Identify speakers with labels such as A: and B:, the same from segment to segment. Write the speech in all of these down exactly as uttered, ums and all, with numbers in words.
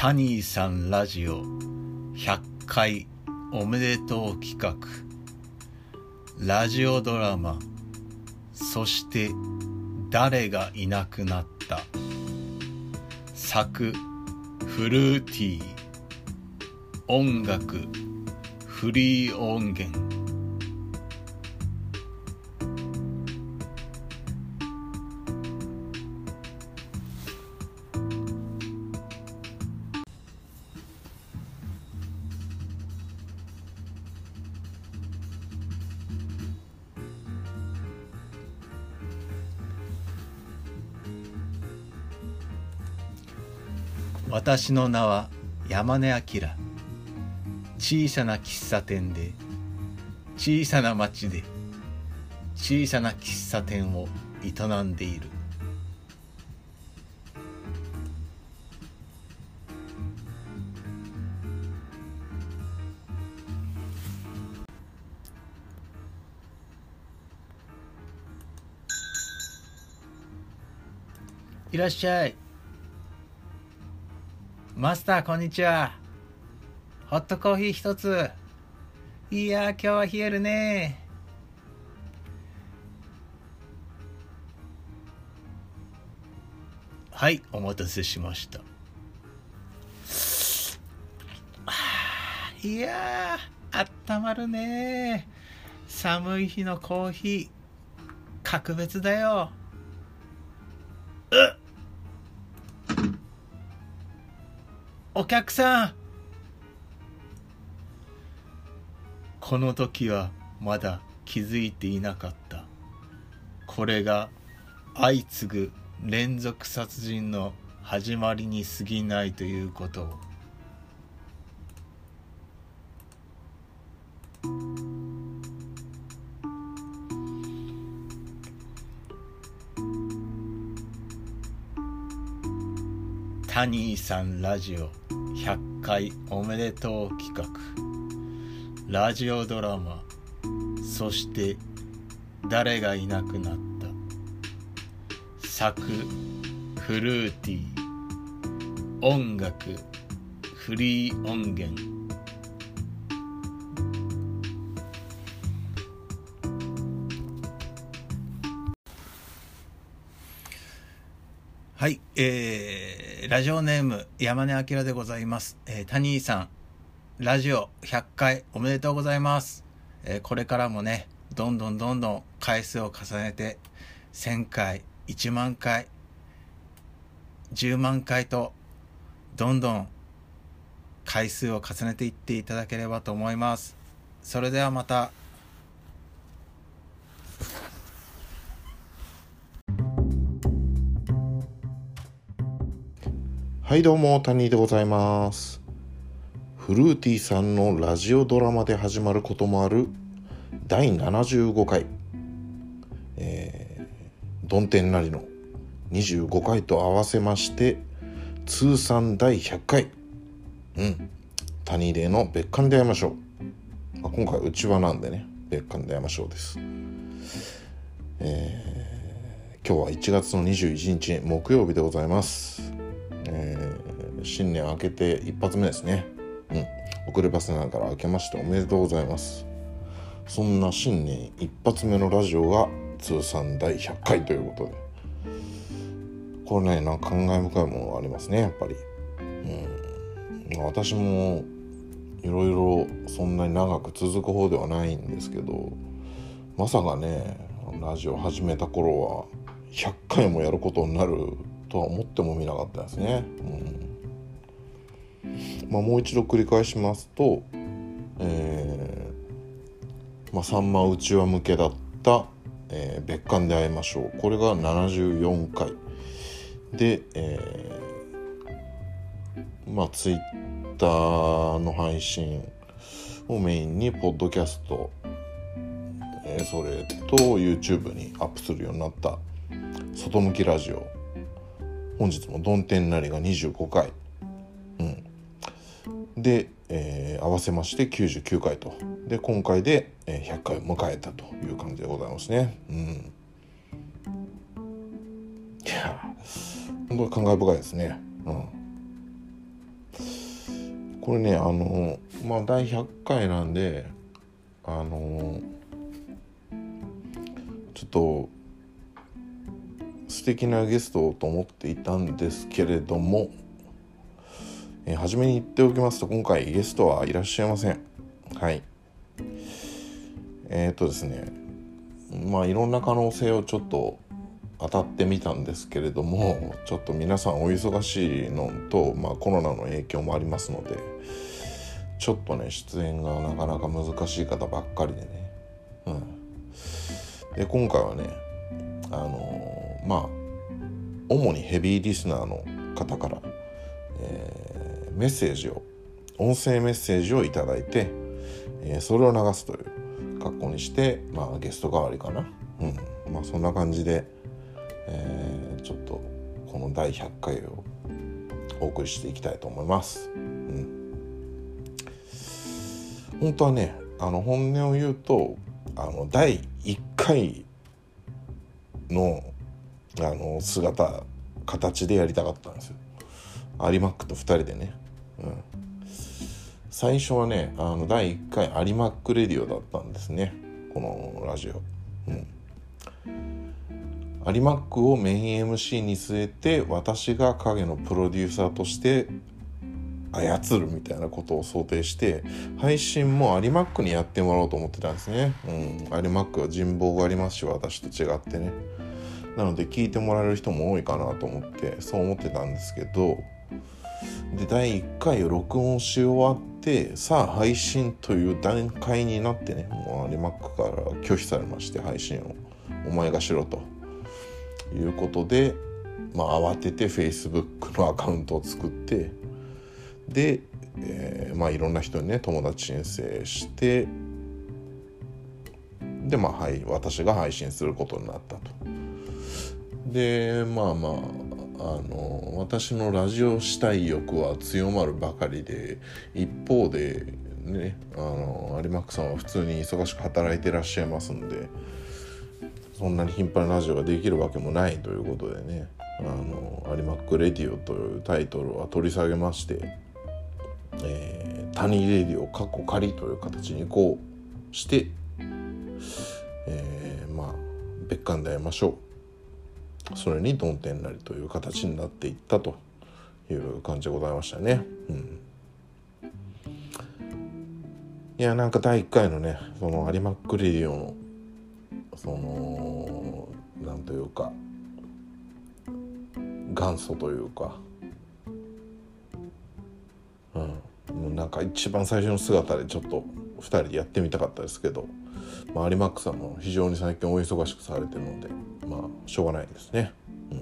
A: タニーさんラジオひゃっかいおめでとう企画ラジオドラマそして誰がいなくなった作フルーティー音楽フリー音源私の名は山根明。小さな喫茶店で小さな町で小さな喫茶店を営んでいる。いらっしゃい。マスターこんにちは。ホットコーヒー一つ。いやー今日は冷えるね。はいお待たせしました。いやーあったまるね。寒い日のコーヒー格別だよ。お客さん。この時はまだ気づいていなかった。これが相次ぐ連続殺人の始まりに過ぎないということを。タニーさんラジオひゃっかいおめでとう企画ラジオドラマそして誰がいなくなった作フルーティー音楽フリー音源。はい、えー、ラジオネーム山根明でございます。えー、タニーさんラジオひゃっかいおめでとうございます。えー、これからもねどんどんどんどん回数を重ねてせんかいいちまんかいじゅうまんかいとどんどん回数を重ねていっていただければと思います。それではまた。
B: はいどうもタニーでございます。フルーティーさんのラジオドラマで始まることもあるだいななじゅうごかい、えー、どん天なりのにじゅうごかいと合わせまして通算だいひゃっかい、うんタニーデーの別館で会いましょう。今回うちわなんでね別館で会いましょうです。えー、今日はいちがつのにじゅういちにち木曜日でございます。えー、新年明けて一発目ですね。うん、遅ればせながら明けましておめでとうございます。そんな新年一発目のラジオが通算だいひゃっかいということで、これねなんか感慨深いものがありますねやっぱり。うん、私もいろいろそんなに長く続く方ではないんですけど、まさかねラジオ始めた頃はひゃっかいもやることになるとは思ってもみなかったですね。うんまあ、もう一度繰り返しますと、えーまあ、さんまうちわ向けだった、えー、別館で会いましょう、これがななじゅうよんかいで、えー、まあツイッターの配信をメインにポッドキャスト、えー、それと YouTube にアップするようになった外向きラジオ、本日もどん天なりがにじゅうごかい、うん、で、えー、合わせましてきゅうじゅうきゅうかいと、で今回でひゃっかいを迎えたという感じでございますね。うん、いや本当に感慨深いですね。うんこれねあのまあだいひゃっかいなんであのちょっと素敵なゲストと思っていたんですけれども、えー、初めに言っておきますと今回ゲストはいらっしゃいません。はいえー、っとですねまあいろんな可能性をちょっと当たってみたんですけれども、ちょっと皆さんお忙しいのと、まあ、コロナの影響もありますのでちょっとね出演がなかなか難しい方ばっかりでね、うん、で今回はねあのー、まあ主にヘビーリスナーの方から、えー、メッセージを音声メッセージをいただいて、えー、それを流すという格好にして、まあ、ゲスト代わりかな、うんまあ、そんな感じで、えー、ちょっとこのだいひゃっかいをお送りしていきたいと思います、うん、本当はねあの本音を言うとあのだいいっかいのあの姿形でやりたかったんですよ。有マックとふたりでね、うん、最初はねあのだいいっかい有マックレディオだったんですねこのラジオ、うん、有マックをメイン エムシー に据えて私が影のプロデューサーとして操るみたいなことを想定して配信も有マックにやってもらおうと思ってたんですね、うん、有マックは人望がありますし私と違ってねなので聞いてもらえる人も多いかなと思ってそう思ってたんですけどでだいいっかいを録音し終わってさあ配信という段階になってねもう有マックから拒否されまして配信をお前がしろということでまあ慌てて Facebook のアカウントを作ってで、えー、まあいろんな人にね友達申請してでまあはい私が配信することになったとでまあまああの私のラジオしたい欲は強まるばかりで一方でねあの有マックさんは普通に忙しく働いてらっしゃいますんでそんなに頻繁なラジオができるわけもないということでねあの有マックレディオというタイトルは取り下げまして、えー、タニーレディオカッコ仮という形にこうして、えー、まあ別館で会いましょうそれにドンテンなりという形になっていったという感じでございましたね、うん、いやなんかだいいっかいのねその有マックレディオのそのなんというか元祖というか、うん、もうなんか一番最初の姿でちょっとふたりでやってみたかったですけど、まあ、有マックさんも非常に最近お忙しくされてるのでまあしょうがないですね、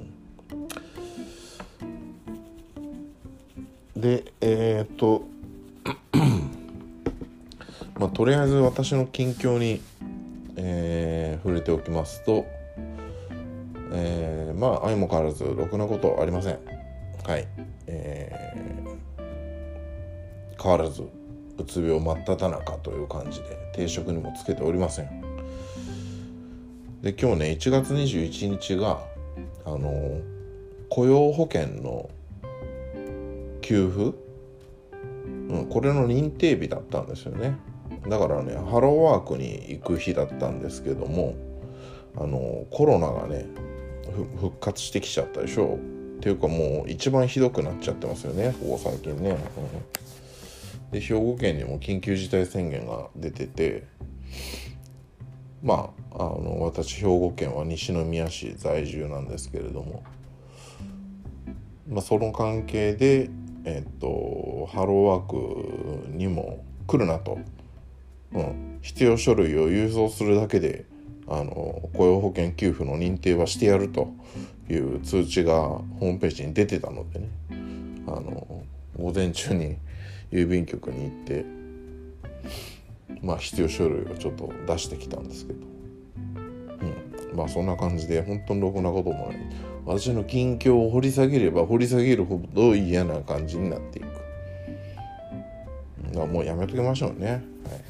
B: うん、でえー、っとまあとりあえず私の近況に、えー、触れておきますと、えー、まあ相も変わらずろくなことありません。はい、えー、変わらずうつ病真っ只中という感じで定職にもつけておりません。で今日ねいちがつにじゅういちにちがあの雇用保険の給付、うん、これの認定日だったんですよね。だからねハローワークに行く日だったんですけどもあのコロナがね復活してきちゃったでしょっていうかもう一番ひどくなっちゃってますよねここ最近ね、うん、で兵庫県にも緊急事態宣言が出ててまあ、あの私兵庫県は西宮市在住なんですけれども、まあ、その関係で、えっと、ハローワークにも来るなと、うん、必要書類を郵送するだけであの雇用保険給付の認定はしてやるという通知がホームページに出てたのでねあの午前中に郵便局に行ってまあ必要書類をちょっと出してきたんですけど、うん、まあそんな感じで本当にろくなこともない私の近況を掘り下げれば掘り下げるほど嫌な感じになっていく。だからもうやめときましょうね、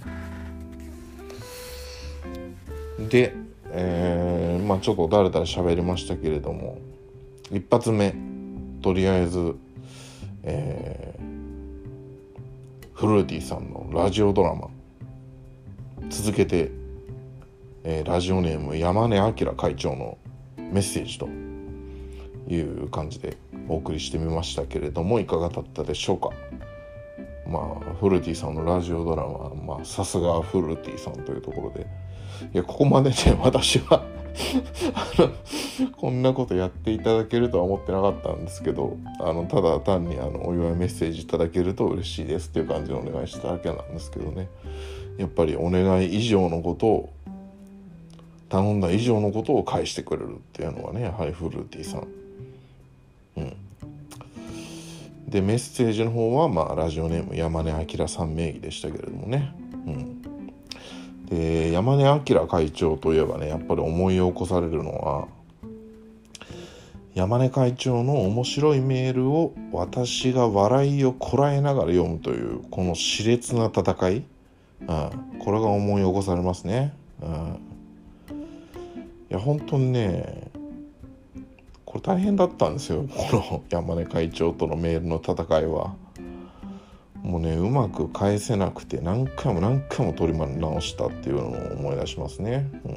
B: はい、で、えー、まあちょっとだらだら喋りましたけれども一発目とりあえず、えフルーティーさんのラジオドラマ、続けて、えー、ラジオネーム山根明会長のメッセージという感じでお送りしてみましたけれども、いかがだったでしょうか。まあフルーティーさんのラジオドラマ、まあさすがフルーティーさんというところで、いやここまでね私はあのこんなことやっていただけるとは思ってなかったんですけど、あのただ単にあのお祝いメッセージいただけると嬉しいですっていう感じでお願いしただけなんですけどね、やっぱりお願い以上のことを、頼んだ以上のことを返してくれるっていうのはね、やはりフルーティーさん。うんでメッセージの方は、まあ、ラジオネーム山根明さん名義でしたけれどもね、うん、で山根明会長といえばね、やっぱり思い起こされるのは、山根会長の面白いメールを私が笑いをこらえながら読むというこの熾烈な戦い、うん、これが思い起こされますね、うん、いや本当にねこれ大変だったんですよ、この山根会長とのメールの戦いは。もうねうまく返せなくて何回も何回も取り直したっていうのを思い出しますね、うん、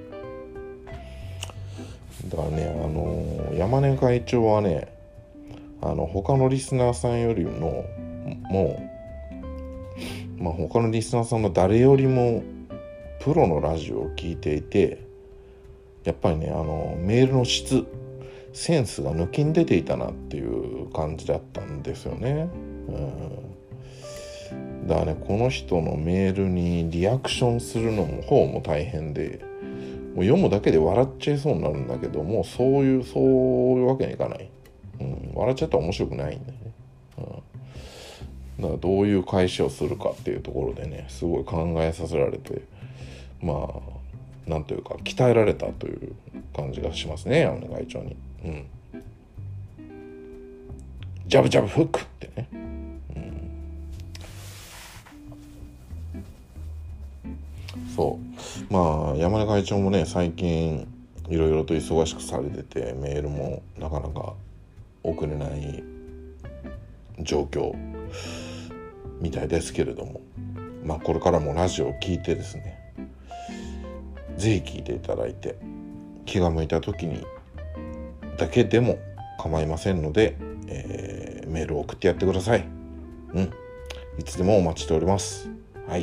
B: だからねあの山根会長はねあの他のリスナーさんよりももう、まあ、他のリスナーさんの誰よりもプロのラジオを聞いていて、やっぱりねあのメールの質センスが抜きに出ていたなっていう感じだったんですよね、うん、だからねこの人のメールにリアクションするのも方も大変で、もう読むだけで笑っちゃいそうになるんだけども、そういうそういうわけにいかない、うん、笑っちゃったら面白くないんだよね、うん、だからどういう返しをするかっていうところでねすごい考えさせられて、まあなんというか鍛えられたという感じがしますね、山根会長に。うん、ジャブジャブフックってね、うん、そうまあ山根会長もね最近いろいろと忙しくされててメールもなかなか送れない状況みたいですけれども、まあこれからもラジオを聞いてですね、ぜひ聞いていただいて気が向いた時にだけでも構いませんので、えー、メールを送ってやってください。うん、いつでもお待ちしております。はい。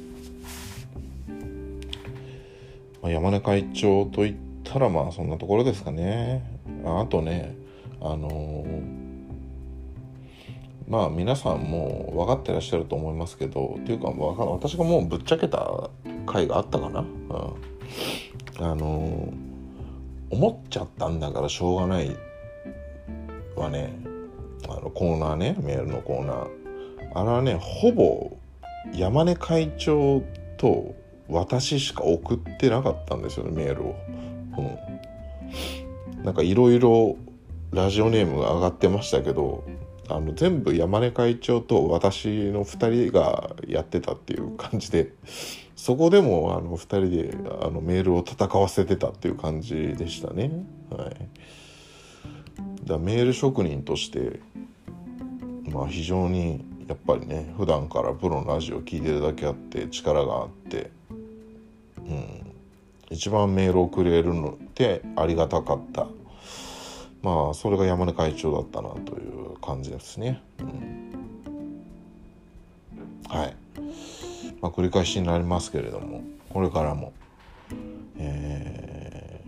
B: まあ、山根会長といったらまあそんなところですかね。あとね、あのー、まあ皆さんも分かってらっしゃると思いますけど、っていうか私がもうぶっちゃけた回があったかな。うん、あのー、思っちゃったんだからしょうがないはね、あのコーナーね、メールのコーナー、あれはねほぼ山根会長と私しか送ってなかったんですよね、メールを、うん、なんかいろいろラジオネームが上がってましたけど、あの全部山根会長と私のふたりがやってたっていう感じで、そこでもあのふたりであのメールを戦わせてたっていう感じでしたね、はい、だメール職人としてまあ非常にやっぱりね普段からプロのラジオを聞いてるだけあって力があって、うん、一番メールをくれるのってありがたかった、まあそれが山根会長だったなという感じですね、うん、はい、まあ、繰り返しになりますけれども、これからも、え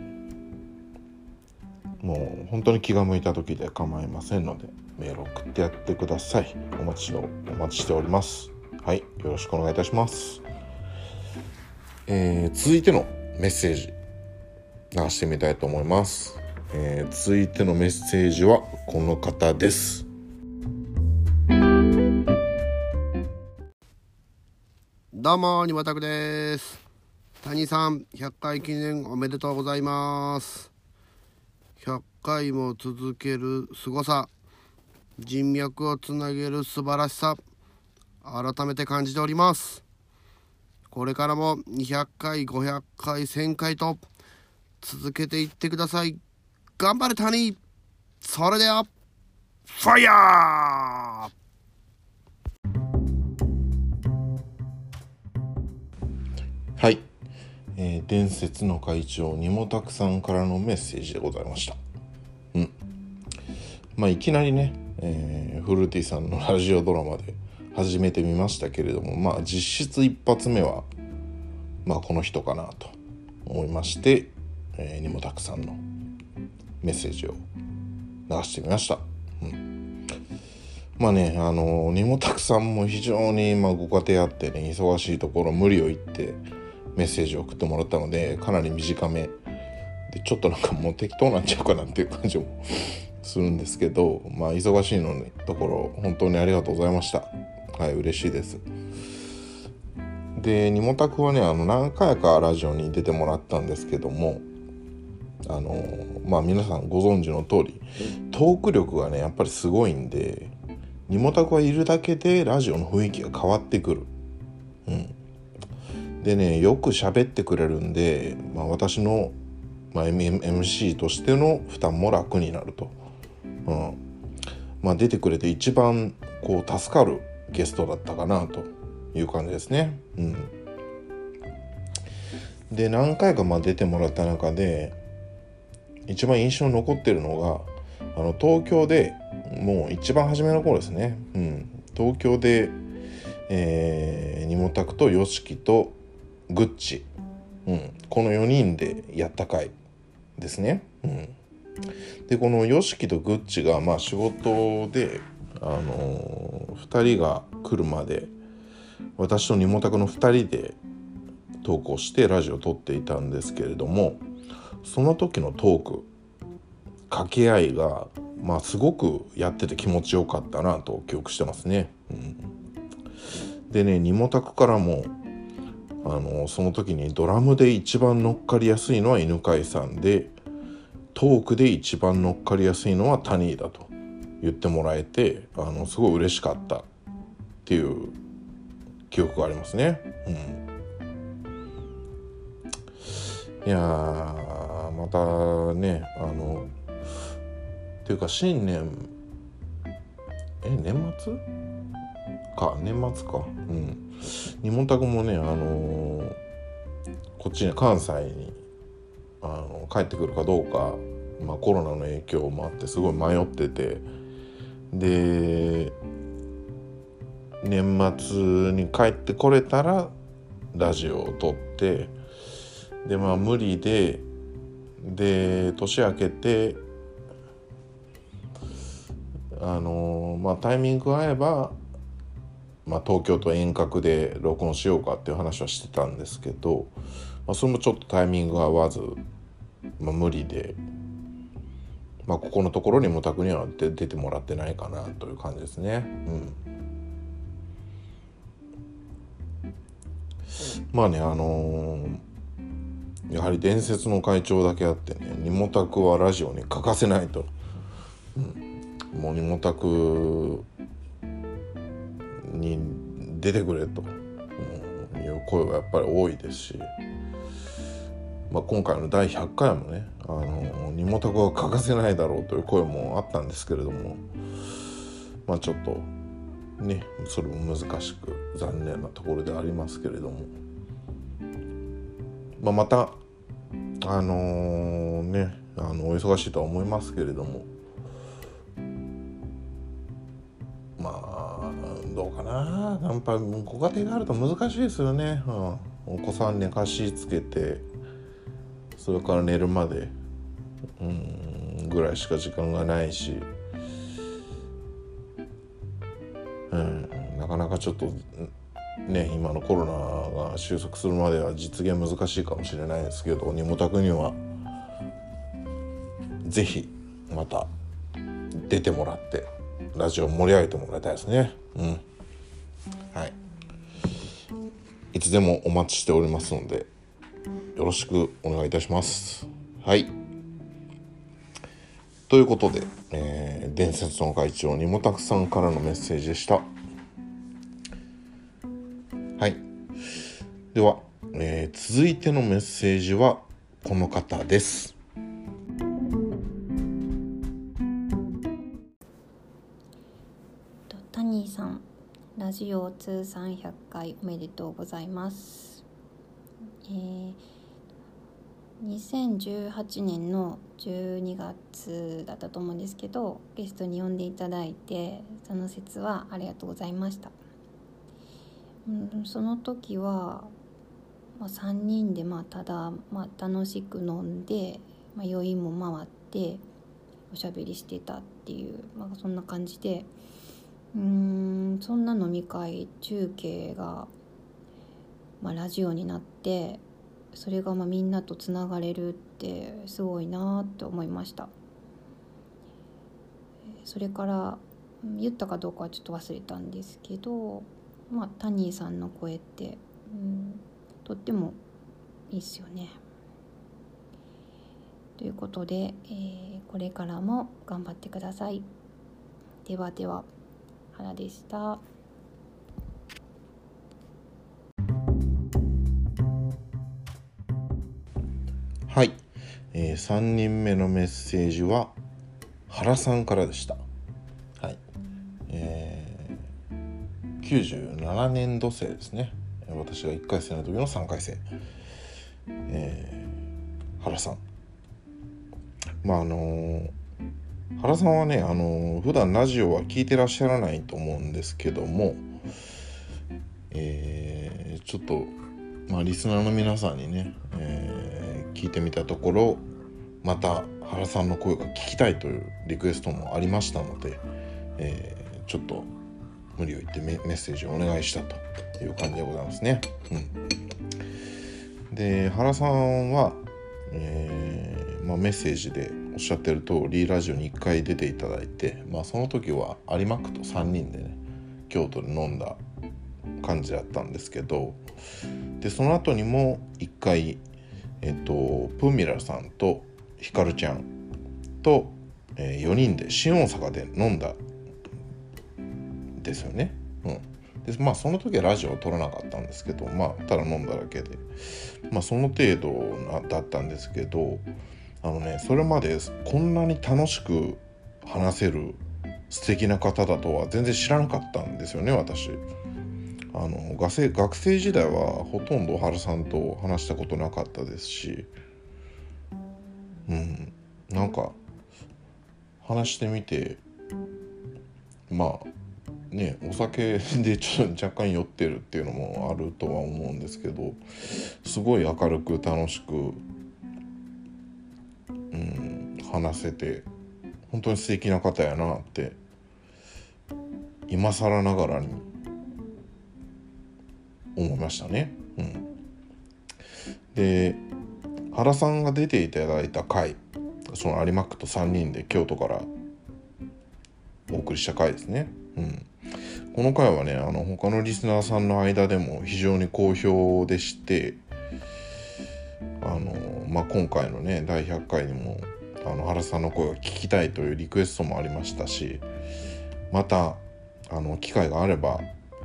B: ー、もう本当に気が向いた時で構いませんのでメールを送ってやってください。お待ちをお待ちしております。はい、よろしくお願いいたします。えー、続いてのメッセージ流してみたいと思います。えー、続いてのメッセージはこの方です。
C: どうもにわたくです。谷さんひゃっかい記念おめでとうございます。ひゃっかいも続けるすごさ、人脈をつなげる素晴らしさ、改めて感じております。これからもにひゃっかいごひゃっかいせんかいと続けていってください。頑張れ谷。それではファイヤー。
B: はい、えー、伝説の会長にもたくさんからのメッセージでございました。うんまあいきなりね、えー、フルーティーさんのラジオドラマで始めてみましたけれども、まあ実質一発目はまあこの人かなと思いまして、えー、にもたくさんのメッセージを流してみました。うん、まあね、あのにもたくさんも非常にまあご家庭あってね、忙しいところ無理を言ってメッセージを送ってもらったので、かなり短めでちょっとなんかもう適当になっちゃうかなっていう感じもするんですけど、まあ忙しいのにところ本当にありがとうございました。はい、嬉しいです。で、にもたくはね、あの何回かラジオに出てもらったんですけども、あのまあ皆さんご存知の通りトーク力がねやっぱりすごいんで、にもたくはいるだけでラジオの雰囲気が変わってくる。うんでね、よく喋ってくれるんで、まあ、私の、まあ、エムシー としての負担も楽になると、うんまあ、出てくれて一番こう助かるゲストだったかなという感じですね。うん、で何回かまあ出てもらった中で一番印象に残ってるのが、あの東京でもう一番初めの頃ですね、うん、東京で、えー、にもたくとよしきとグッチ、うん、このよにんでやった回ですね。うん、でこのよしきとグッチがまあ仕事で、あのー、ふたりが来るまで私とにもたくのふたりで投稿してラジオを撮っていたんですけれども、その時のトーク掛け合いがまあすごくやってて気持ちよかったなと記憶してますね。うん、でね、にもたくからもあのその時にドラムで一番乗っかりやすいのは犬飼さんで、トークで一番乗っかりやすいのはタニーだと言ってもらえて、あのすごい嬉しかったっていう記憶がありますね。うん、いやーまたね、あのっていうか新年え年末か年末かうんにもたくもね、あのー、こっちに関西にあの帰ってくるかどうか、まあ、コロナの影響もあってすごい迷ってて、で年末に帰ってこれたらラジオを撮って、でまあ無理でで年明けてあのー、まあタイミングが合えばまあ、東京と遠隔で録音しようかっていう話はしてたんですけど、まあ、それもちょっとタイミングが合わず、まあ、無理で、まあ、ここのところにもたくには出てもらってないかなという感じですね。うん、まあね、あのー、やはり伝説の会長だけあってね、にもたくはラジオに欠かせないと、うん、もうにもたくに出てくれと、うん、いう声はやっぱり多いですし、まあ、今回のだいひゃっかいもね、あのにもたくは欠かせないだろうという声もあったんですけれども、まあちょっとねそれも難しく残念なところでありますけれども、まあ、またあのー、ねあのお忙しいとは思いますけれども、まあどうかな、やっぱりご家庭があると難しいですよね。うん、お子さん寝かしつけてそれから寝るまでうんぐらいしか時間がないし、うん、なかなかちょっとね今のコロナが収束するまでは実現難しいかもしれないですけど、にもたくにはぜひまた出てもらってラジオ盛り上げてもらいたいですね。うん、はい。いつでもお待ちしておりますのでよろしくお願いいたします。はい。ということで、えー、伝説の会長にもたくさんからのメッセージでした。はい。では、えー、続いてのメッセージはこの方です。
D: タニーさん、ラジオ通算ひゃっかいおめでとうございます。 えー、にせんじゅうはちねんのじゅうにがつだったと思うんですけど、ゲストに呼んでいただいて、その説はありがとうございました。うん、その時は、まあ、さんにんでまあただ、まあ、楽しく飲んで、まあ、余韻も回っておしゃべりしてたっていう、まあ、そんな感じで、うーんそんな飲み会中継が、まあ、ラジオになって、それがまあみんなとつながれるってすごいなって思いました。それから言ったかどうかはちょっと忘れたんですけど、まあ、タニーさんの声って、うん、とってもいいっすよね。ということで、えー、これからも頑張ってください。ではでは、原でした。
B: はい、えー、さんにんめのメッセージは原さんからでした。はい、えー、きゅうじゅうななねんど生ですね。私がいっかい生の時のさんかい生、えー、原さん。まああのー、原さんはね、あのー、普段ラジオは聞いてらっしゃらないと思うんですけども、えー、ちょっと、まあ、リスナーの皆さんにね、えー、聞いてみたところ、また原さんの声が聞きたいというリクエストもありましたので、えー、ちょっと無理を言って メ, メッセージをお願いしたという感じでございますね。うん、で原さんは、えーまあ、メッセージでおっしゃってる通りラジオにいっかい出ていただいて、まあ、その時は有馬区とさんにんでね京都で飲んだ感じだったんですけど、でその後にもいっかい、えっと、プーミラさんとひかるちゃんと、えー、よにんで新大阪で飲んだんですよね。うん、でまあその時はラジオを撮らなかったんですけど、まあただ飲んだだけで、まあその程度なだったんですけど、あのねそれまでこんなに楽しく話せる素敵な方だとは全然知らなかったんですよね、私。あの学生学生時代はほとんど原さんと話したことなかったですし、うん、なんか話してみて、まあねお酒でちょっと若干酔ってるっていうのもあるとは思うんですけど、すごい明るく楽しく、うん、話せて本当に素敵な方やなって今更ながらに思いましたね。うん、で原さんが出ていただいた回、その有馬区とさんにんで京都からお送りした回ですね。うん、この回はね、あの他のリスナーさんの間でも非常に好評でして、あの、まあ、今回のねだいひゃっかいにもあの原さんの声を聞きたいというリクエストもありましたし、またあの機会があれば、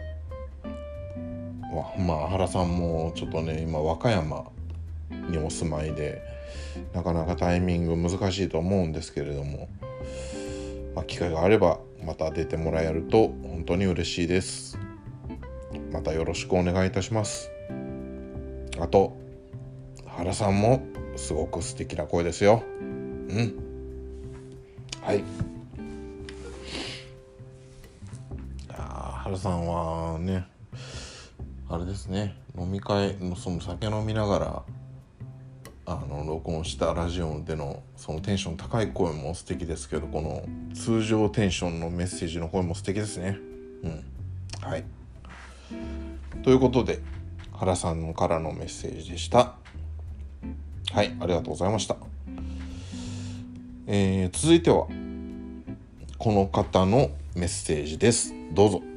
B: まあ原さんもちょっとね今和歌山にお住まいでなかなかタイミング難しいと思うんですけれども、まあ、機会があればまた出てもらえると本当に嬉しいです。またよろしくお願いいたします。あと原さんもすごく素敵な声ですよ。うん。はい。原さんはね、あれですね、飲み会のその酒飲みながらあの録音したラジオでのそのテンション高い声も素敵ですけど、この通常テンションのメッセージの声も素敵ですね。うん。はい。ということで原さんからのメッセージでした。はい、ありがとうございました。えー、続いてはこの方のメッセージです。どうぞ。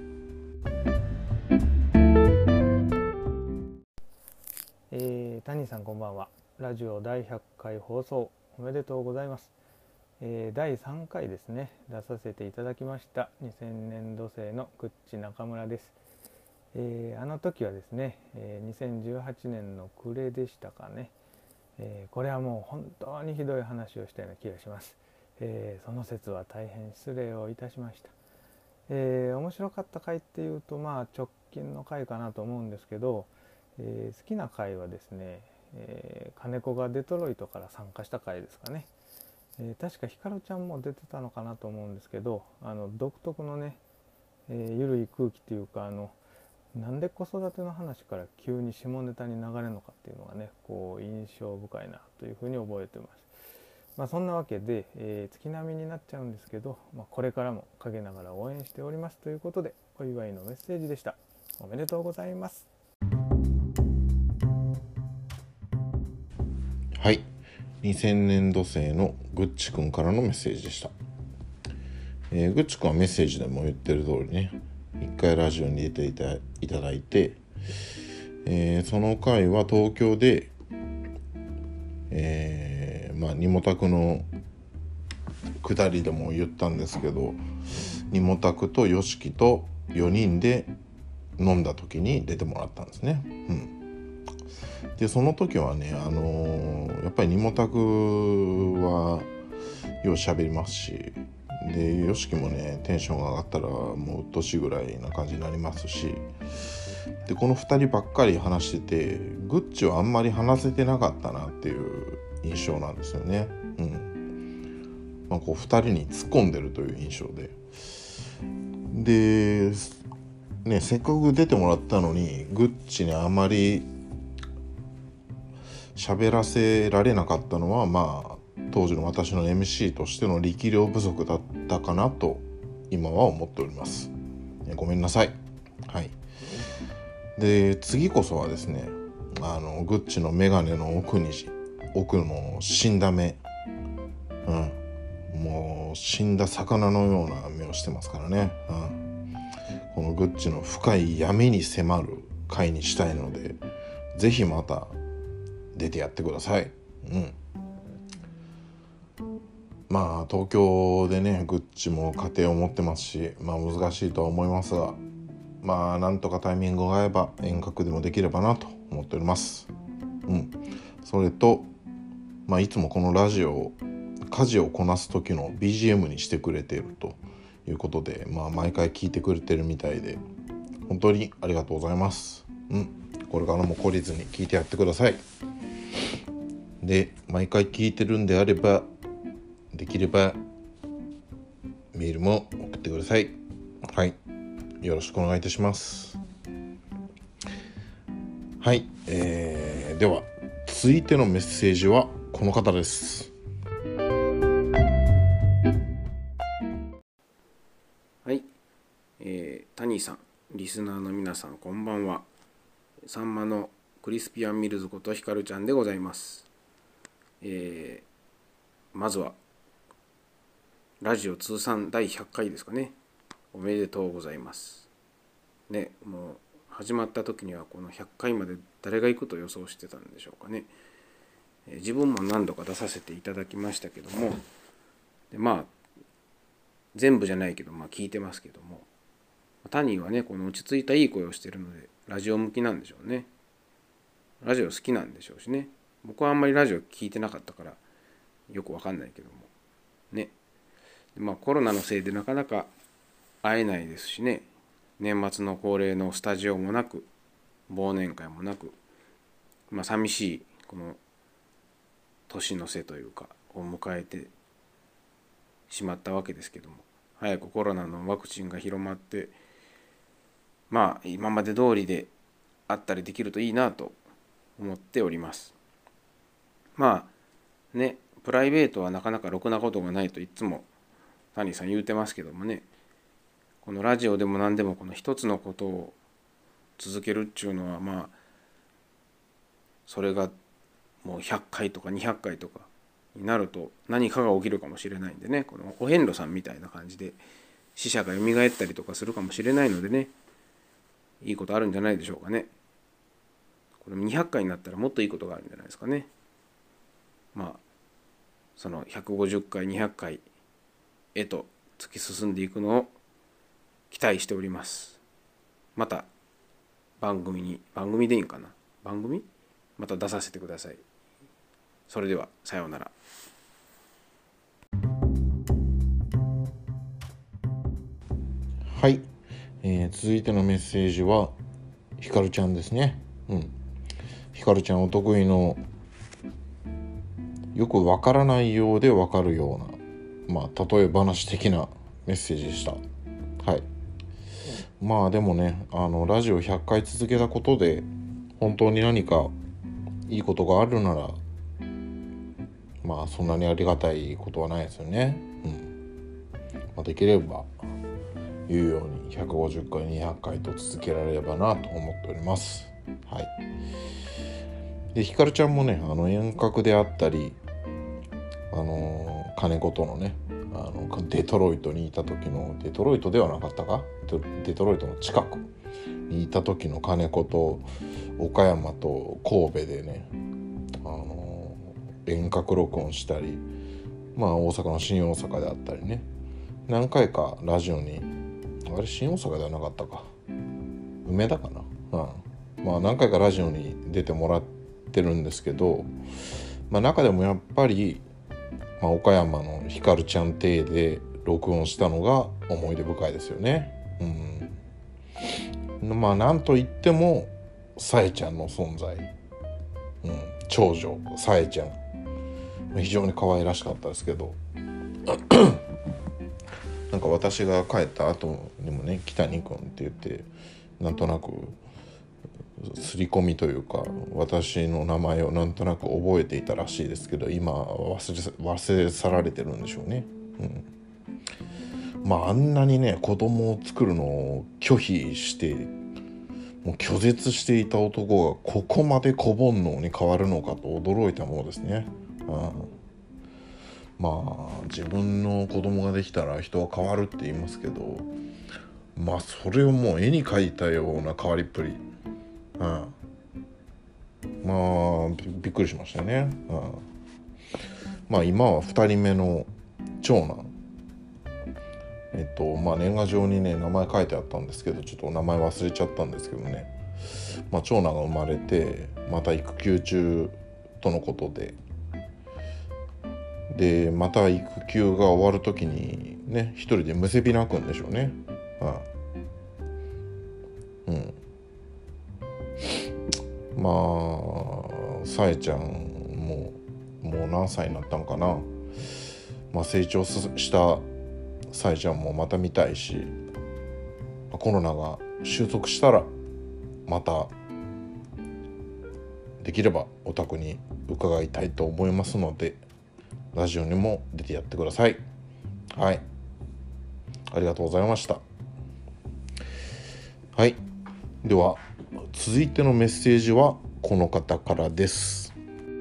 E: えー、谷さんこんばんは。ラジオだいひゃっかい放送おめでとうございます。えー、だいさんかいですね、出させていただきましたにせんねんど生のグッチ中村です。えー、あの時はですね、えー、にせんじゅうはちねんの暮れでしたかね。えー、これはもう本当にひどい話をしたような気がします。えー、その説は大変失礼をいたしました。えー、面白かった回っていうとまあ直近の回かなと思うんですけど、 えー、好きな回はですね、えー、金子がデトロイトから参加した回ですかね。えー、確かひかるちゃんも出てたのかなと思うんですけど、あの独特のね、えー、ゆるい空気というか、あのなんで子育ての話から急に下ネタに流れるのかっていうのがね、こう印象深いなというふうに覚えてます。まあ、そんなわけで、えー、月並みになっちゃうんですけど、まあ、これからも陰ながら応援しておりますということで、お祝いのメッセージでした。おめでとうございます。
B: はい、にせんねんど生のぐっちくんからのメッセージでした。えー、ぐっちくんはメッセージでも言ってる通りね、一回ラジオに出ていた、いただいて、えー、その回は東京で、えー、まあニモタクの下りでも言ったんですけど、ニモタクとヨシキとよにんで飲んだ時に出てもらったんですね。うん、でその時はね、あのー、やっぱりニモタクはよう喋りますし、でヨシキもねテンションが上がったらもううっとしいぐらいな感じになりますし、でこのふたりばっかり話してて、グッチはあんまり話せてなかったなっていう印象なんですよね。うんまあ、こうふたりに突っ込んでるという印象で、でね、せっかく出てもらったのにグッチにあまり喋らせられなかったのは、まあ当時の私の エムシー としての力量不足だったかなと今は思っております。ごめんなさい。はい。で次こそはですね、あのグッチのメガネの奥に奥の死んだ目、うん、もう死んだ魚のような目をしてますからね。うん、このグッチの深い闇に迫る回にしたいので、ぜひまた出てやってください。うん。まあ東京でね、グッチも家庭を持ってますし、まあ難しいとは思いますが、まあなんとかタイミングが合えば遠隔でもできればなと思っております。うん。それと、まあいつもこのラジオを家事をこなす時の ビージーエム にしてくれているということで、まあ毎回聞いてくれてるみたいで、本当にありがとうございます。うん。これからも懲りずに聞いてやってください。で、毎回聞いてるんであれば、できればメールも送ってください。はい、よろしくお願いいたします。はい、えー、では続いてのメッセージはこの方です。
F: はい、えー、タニーさん、リスナーの皆さん、こんばんは。さんまのクリスピアンミルズことひかるちゃんでございます。えー、まずはラジオ通算だいひゃっかいですかね。おめでとうございます。ね、もう始まった時にはこのひゃっかいまで誰が行くと予想してたんでしょうかね。えー、自分も何度か出させていただきましたけども、でまあ全部じゃないけど、まあ聞いてますけども、タニーはね、この落ち着いたいい声をしてるのでラジオ向きなんでしょうね。ラジオ好きなんでしょうしね。僕はあんまりラジオ聞いてなかったからよくわかんないけどもね。まあコロナのせいでなかなか会えないですしね。年末の恒例のスタジオもなく、忘年会もなく、まあ寂しいこの年の瀬というかを迎えてしまったわけですけども、早くコロナのワクチンが広まって、まあ今まで通りであったりできるといいなと思っております。まあね、プライベートはなかなかろくなことがないといつも谷さん言うてますけどもね、このラジオでも何でもこの一つのことを続けるっていうのは、まあそれがもうひゃっかいとかにひゃっかいとかになると何かが起きるかもしれないんでね、このお遍路さんみたいな感じで死者が蘇ったりとかするかもしれないのでね、いいことあるんじゃないでしょうかね。これにひゃっかいになったらもっといいことがあるんじゃないですかね。まあそのひゃくごじゅっかいにひゃっかいへと突き進んでいくのを期待しております。また番組に番組でいいんかな番組また出させてください。それではさようなら。
B: はい、えー、続いてのメッセージはひかるちゃんですね。うん。 ひかるちゃんお得意のよくわからないようでわかるような、まあ例え話的なメッセージでした。はい。まあでもね、あのラジオひゃっかい続けたことで本当に何かいいことがあるなら、まあそんなにありがたいことはないですよね。うん。まあ、できれば言うようにひゃくごじゅっかいにひゃっかいと続けられればなと思っております。はい。でひかるちゃんもね、あの遠隔であったり、あのー、金子とのね、あのデトロイトにいた時の、デトロイトではなかったか、デトロイトの近くにいた時の金子と岡山と神戸でね、あのー、遠隔録音したり、まあ大阪の新大阪であったりね、何回かラジオに、あれ新大阪ではなかったか、梅田かな、うん、まあ何回かラジオに出てもらってるんですけど、まあ中でもやっぱり、まあ、岡山のひかるちゃん邸で録音したのが思い出深いですよね。うん、まあなんといってもさえちゃんの存在、うん、長女さえちゃん非常に可愛らしかったですけどなんか私が帰った後にもね、北にくんって言ってなんとなく刷り込みというか私の名前をなんとなく覚えていたらしいですけど、今忘れ忘れ去られてるんでしょうね。うん、まああんなにね子供を作るのを拒否してもう拒絶していた男がここまで小煩悩に変わるのかと驚いたものですね。うん、まあ自分の子供ができたら人は変わるって言いますけど、まあそれをもう絵に描いたような変わりっぷり、うん、まあ び, びっくりしましたね。うん、まあ今はふたりめの長男、えっとまあ年賀状にね名前書いてあったんですけど、ちょっと名前忘れちゃったんですけどね、まあ長男が生まれてまた育休中とのことで、でまた育休が終わる時にね一人でむせび泣くんでしょうね。うん、まあさえちゃんももう何歳になったんかな、まあ、成長したさえちゃんもまた見たいし、コロナが収束したらまたできればお宅に伺いたいと思いますので、ラジオにも出てやってください。はい、ありがとうございました。はい、では続いてのメッセージはこの方からです。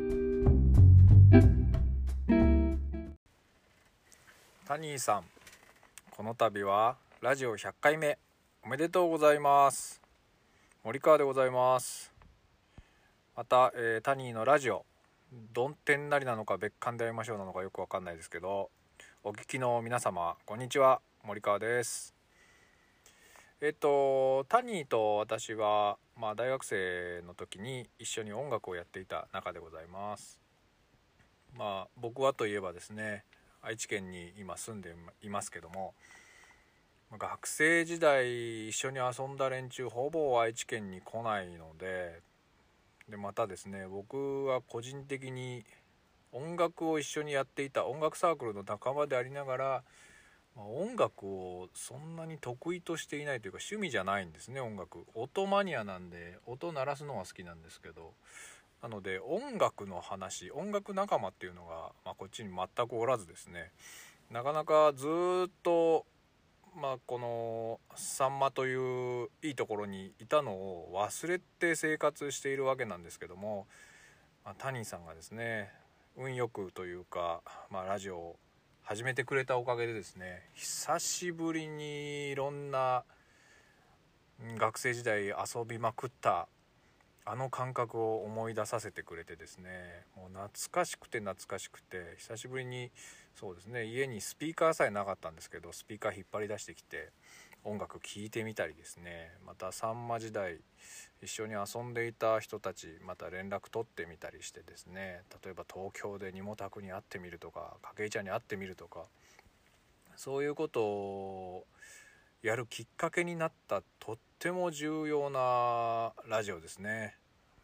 G: タニーさん、この度はラジオひゃっかいめおめでとうございます。森川でございます。また、えー、タニーのラジオどんてんなりなのか別館で会いましょうなのかよくわかんないですけど、お聞きの皆様こんにちは、森川です。えっとタニーと私は、まあ、大学生の時に一緒に音楽をやっていた仲でございます。まあ僕はといえばですね、愛知県に今住んでいますけども、学生時代一緒に遊んだ連中ほぼ愛知県に来ないので、でまたですね、僕は個人的に音楽を一緒にやっていた音楽サークルの仲間でありながら、音楽をそんなに得意としていないというか趣味じゃないんですね。音楽音マニアなんで音鳴らすのは好きなんですけど、なので音楽の話、音楽仲間っていうのが、まあ、こっちに全くおらずですね、なかなかずっと、まあ、このさんまといういいところにいたのを忘れて生活しているわけなんですけども、まあ、タニーさんがですね運よくというか、まあ、ラジオを始めてくれたおかげでですね、久しぶりにいろんな学生時代遊びまくったあの感覚を思い出させてくれてですね、もう懐かしくて懐かしくて久しぶりに、そうですね、家にスピーカーさえなかったんですけどスピーカー引っ張り出してきて音楽聴いてみたりですね、またさんま時代一緒に遊んでいた人たちまた連絡取ってみたりしてですね、例えば東京でにもたくに会ってみるとか筧ちゃんに会ってみるとか、そういうことをやるきっかけになったとっても重要なラジオですね。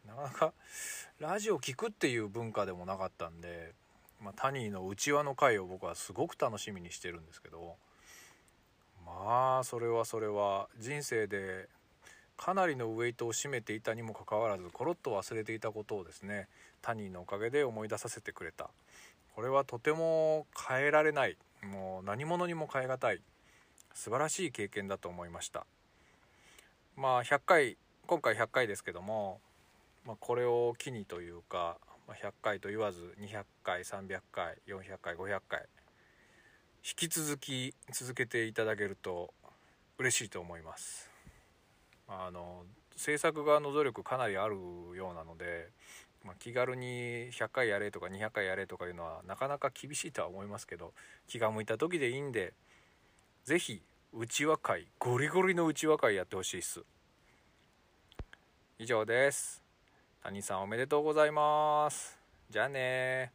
G: なかなかラジオ聞くっていう文化でもなかったんで、まあ、タニーの内輪の回を僕はすごく楽しみにしてるんですけど、まあそれはそれは人生でかなりのウエイトを占めていたにもかかわらずコロッと忘れていたことをですね、タニーのおかげで思い出させてくれた。これはとても変えられない、もう何者にも変え難い素晴らしい経験だと思いました。まあひゃっかい、今回ひゃっかいですけども、まあ、これを機にというか、まあ、ひゃっかいと言わずにひゃっかい、さんびゃっかい、よんひゃっかい、ごひゃっかい引き続き続けていただけると嬉しいと思います。あの制作側の努力かなりあるようなので、まあ、気軽にひゃっかいやれとかにひゃっかいやれとかいうのはなかなか厳しいとは思いますけど、気が向いた時でいいんで、ぜひ内輪会、ゴリゴリの内輪会やってほしいっす。以上です。谷さんおめでとうございます。じゃあね。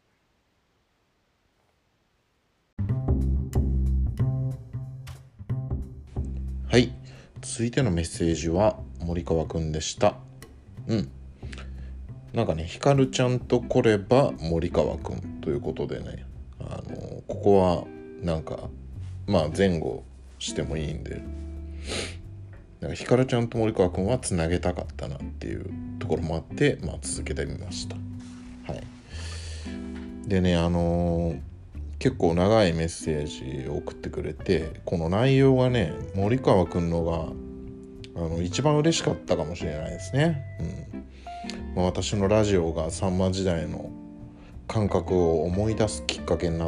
B: はい、続いてのメッセージは森川くんでした。うんなんかね、ひかるちゃんと来れば森川くんということでね、あのここはなんかまあ前後してもいいんで、なんかひかるちゃんと森川くんはつなげたかったなっていうところもあって、まあ、続けてみました。はい。でね、あのー、結構長いメッセージを送ってくれて、この内容がね、森川くんのがあの一番嬉しかったかもしれないですね。うんまあ、私のラジオがさんま時代の感覚を思い出すきっかけになって、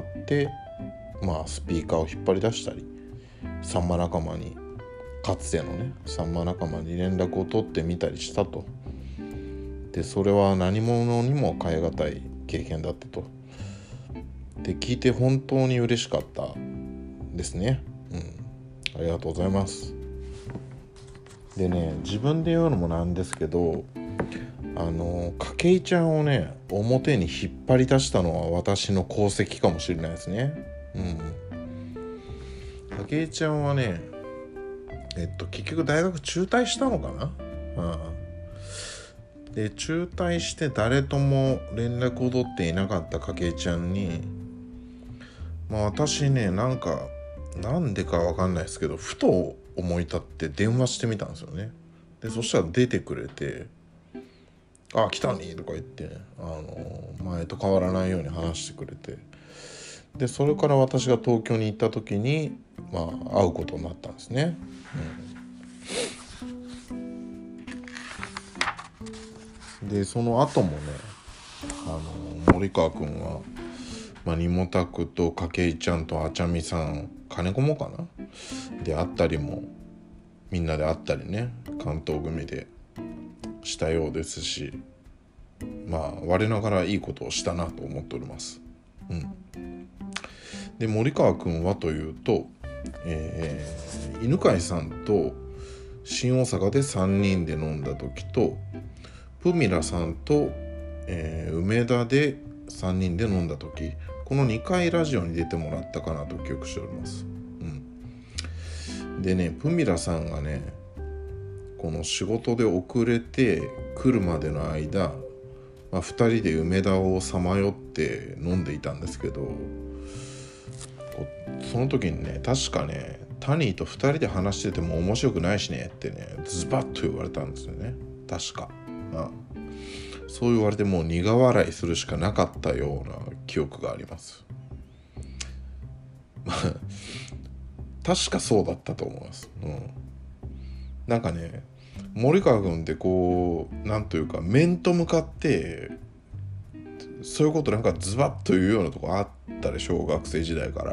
B: まあ、スピーカーを引っ張り出したり、さんま仲間にかつてのねさんま仲間に連絡を取ってみたりしたと。でそれは何者にも代え難い経験だったと。で聞いて本当に嬉しかったですね。うんありがとうございます。でね、自分で言うのもなんですけど、あの筧ちゃんをね表に引っ張り出したのは私の功績かもしれないですね。うん筧ちゃんはねえっと結局大学中退したのかな。うん、で中退して誰とも連絡を取っていなかった筧ちゃんに、まあ私ねなんかなんでかわかんないですけどふと思い立って電話してみたんですよね。でそしたら出てくれて、あ来たねとか言って、あの前と変わらないように話してくれて、でそれから私が東京に行った時にまあ会うことになったんですね。うん、でその後もね、あの森川くんは、まあ、にもたくと筧ちゃんとあちゃみさん、金子もかなで会ったりも、みんなで会ったりね関東組でしたようですし、まあ我ながらいいことをしたなと思っております。うん、で森川くんはというと、えー、犬飼さんと新大阪でさんにんで飲んだ時と、プミラさんと、えー、梅田でさんにんで飲んだ時、このにかいラジオに出てもらったかなと記憶しております。うん、でね、プミラさんがねこの仕事で遅れて来るまでの間、まあ、ふたりで梅田をさまよって飲んでいたんですけど、その時にね確かねタニーとふたりで話してても面白くないしねってねズバッと言われたんですよね。確か、まあ、そう言われてもう苦笑いするしかなかったような記憶があります。まあ確かそうだったと思います。うん、なんかね森川君ってこうなんというか面と向かってそういうことなんかズバッと言うようなとこあったでしょ、学生時代から。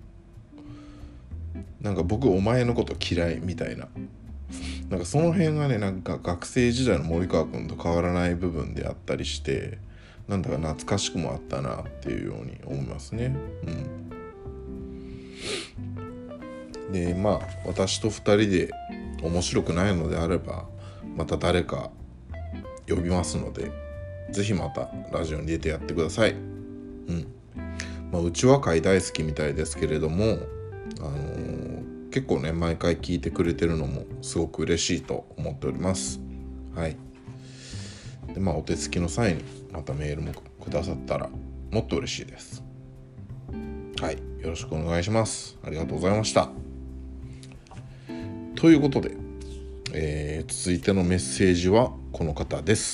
B: なんか僕お前のこと嫌いみたいな、なんかその辺がねなんか学生時代の森川君と変わらない部分であったりして、なんだか懐かしくもあったなっていうように思いますね。うん、でまあ私とふたりで面白くないのであればまた誰か呼びますので、ぜひまたラジオに出てやってください。うんまあ、うちは会大好きみたいですけれども、あのー、結構ね毎回聞いてくれてるのもすごく嬉しいと思っております。はい。 で、まあ、お手つきの際にまたメールもくださったらもっと嬉しいです。はい、よろしくお願いします。ありがとうございました。ということで、えー、続いてのメッセージはこの方です。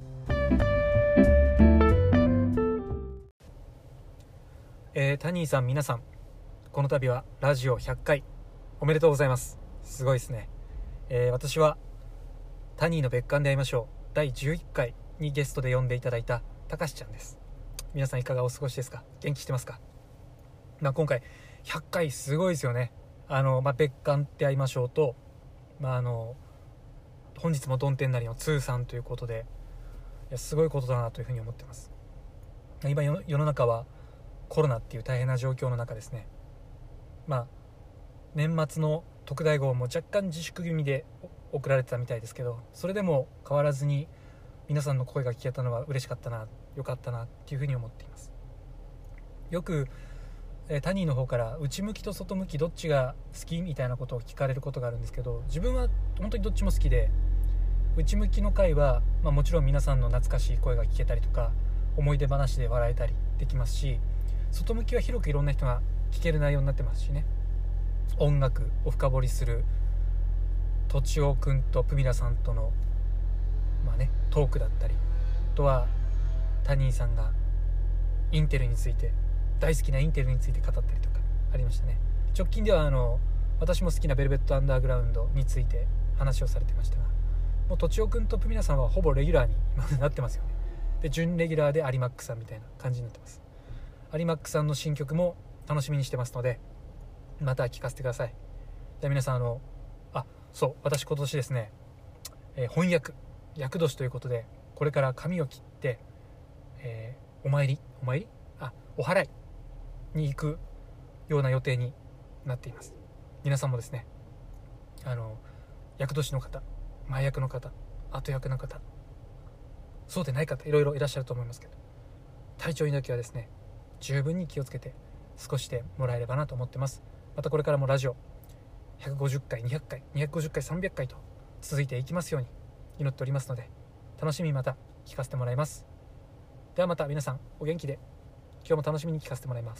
H: えー、タニーさん、皆さん、この度はラジオひゃっかいおめでとうございます。すごいですね。えー、私はタニーの別館で会いましょうだいじゅういっかいにゲストで呼んでいただいたたかしちゃんです。皆さんいかがお過ごしですか？元気してますか？まあ、今回ひゃっかいすごいですよね。あの、まあ、別館で会いましょうと、まあ、あの本日もどん天なりの通算ということで、いやすごいことだなというふうに思ってます。今世の中はコロナっていう大変な状況の中ですね、まあ年末の特大号も若干自粛気味で送られてたみたいですけど、それでも変わらずに皆さんの声が聞けたのは嬉しかったな、よかったなっていうふうに思っています。よく、えー、タニーの方から内向きと外向きどっちが好きみたいなことを聞かれることがあるんですけど、自分は本当にどっちも好きで、内向きの回は、まあ、もちろん皆さんの懐かしい声が聞けたりとか思い出話で笑えたりできますし、外向きは広くいろんな人が聞ける内容になってますしね、音楽を深掘りするとちおくんとプミラさんとの、まあね、トークだったり、あとはタニーさんがインテルについて、大好きなインテルについて語ったりとかありましたね。直近ではあの私も好きなベルベットアンダーグラウンドについて話をされてましたが、もうとちおくんとプミラさんはほぼレギュラーに今なってますよね。で準レギュラーでアリマックさんみたいな感じになってます。アリマックさんの新曲も楽しみにしてますので、また聞かせてください。じゃあ皆さん、あのあそう私今年ですね、えー、翻訳厄年ということで、これから髪を切って、えー、お参りお参りあお祓いに行くような予定になっています。皆さんもですね、あの厄年の方、前役の方、後役の方、そうでない方、いろいろいらっしゃると思いますけど、体調にだけはですね十分に気をつけて過ごしてもらえればなと思ってます。またこれからもラジオひゃくごじゅっかい、にひゃっかい、にひゃくごじゅっかい、さんびゃっかいと続いていきますように祈っておりますので、楽しみにまた聞かせてもらいます。ではまた皆さんお元気で、今日も楽しみに聞かせてもらいます。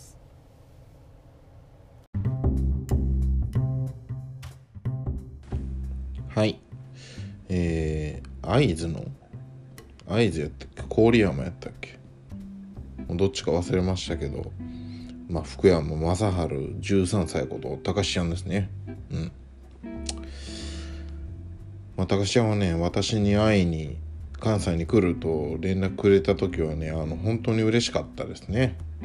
B: はい、えー、会津の会津やったっけ、郡山やったっけ、どっちか忘れましたけど、まあ、福山雅治じゅうさんさいことたかしちゃんですね。うん。まあ、たかしちゃんはね、私に会いに関西に来ると連絡くれた時はね、あの本当に嬉しかったですね。うん。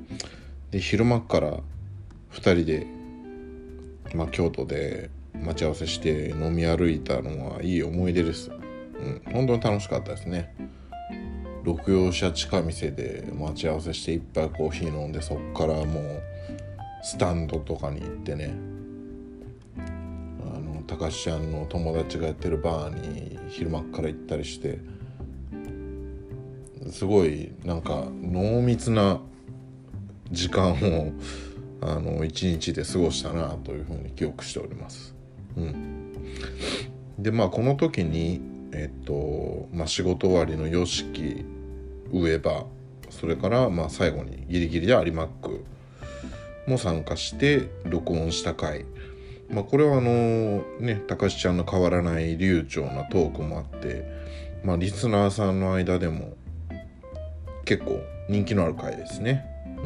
B: で、昼間からふたりで、まあ、京都で待ち合わせして飲み歩いたのはいい思い出です。うん。本当に楽しかったですね。六葉社近店で待ち合わせしていっぱいコーヒー飲んで、そっからもうスタンドとかに行ってね、あのたかしちゃんの友達がやってるバーに昼間から行ったりして、すごいなんか濃密な時間をあの一日で過ごしたなというふうに記憶しております。うん、でまあこの時にえっとまあ、仕事終わりのよしき上場、それからまあ最後にギリギリでアリマックも参加して録音した回、まあ、これはあのねたかしちゃんの変わらない流暢なトークもあって、まあ、リスナーさんの間でも結構人気のある回ですね。うん、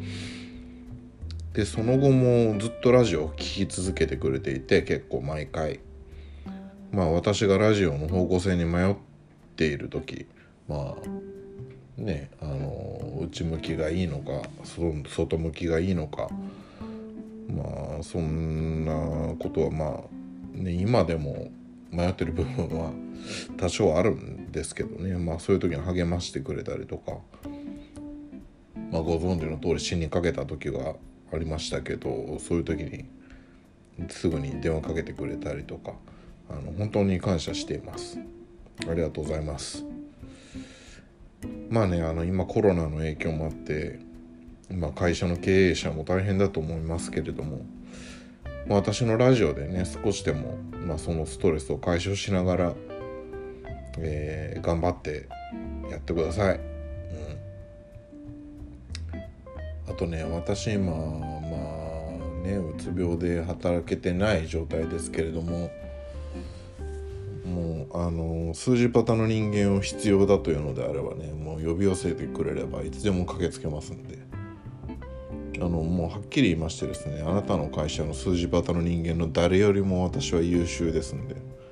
B: でその後もずっとラジオを聴き続けてくれていて、結構毎回まあ私がラジオの方向性に迷っている時、まあね、あの内向きがいいのか外向きがいいのか、まあそんなことはまあね今でも迷ってる部分は多少あるんですけどね、まあそういう時に励ましてくれたりとか、まあご存知の通り死にかけた時がありましたけど、そういう時にすぐに電話かけてくれたりとか、あの本当に感謝しています。ありがとうございます。まあね、あの今コロナの影響もあって、まあ、会社の経営者も大変だと思いますけれども、まあ、私のラジオでね少しでも、まあ、そのストレスを解消しながらえー、頑張ってやってください。うん、あとね、私今まあねうつ病で働けてない状態ですけれども、もうあの数字パタの人間を必要だというのであればね、もう呼び寄せてくれればいつでも駆けつけますんで、あのもうはっきり言いましてですね、あなたの会社の数字パタの人間の誰よりも私は優秀ですんで、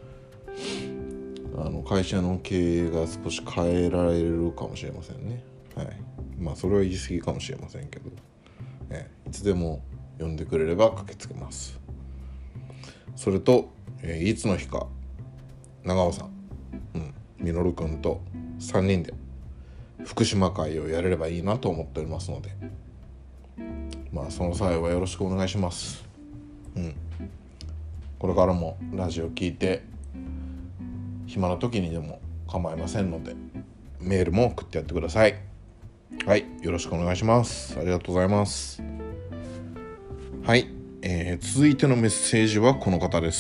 B: あの会社の経営が少し変えられるかもしれませんね。はい、まあそれは言い過ぎかもしれませんけど、えいつでも呼んでくれれば駆けつけます。それと、えー、いつの日か長尾さん、うん、みのるくんとさんにんで福島会をやれればいいなと思っておりますので、まあその際はよろしくお願いします。うん、これからもラジオ聞いて暇な時にでも構いませんので、メールも送ってやってください。はい、よろしくお願いします。ありがとうございます。はい、えー、続いてのメッセージはこの方です。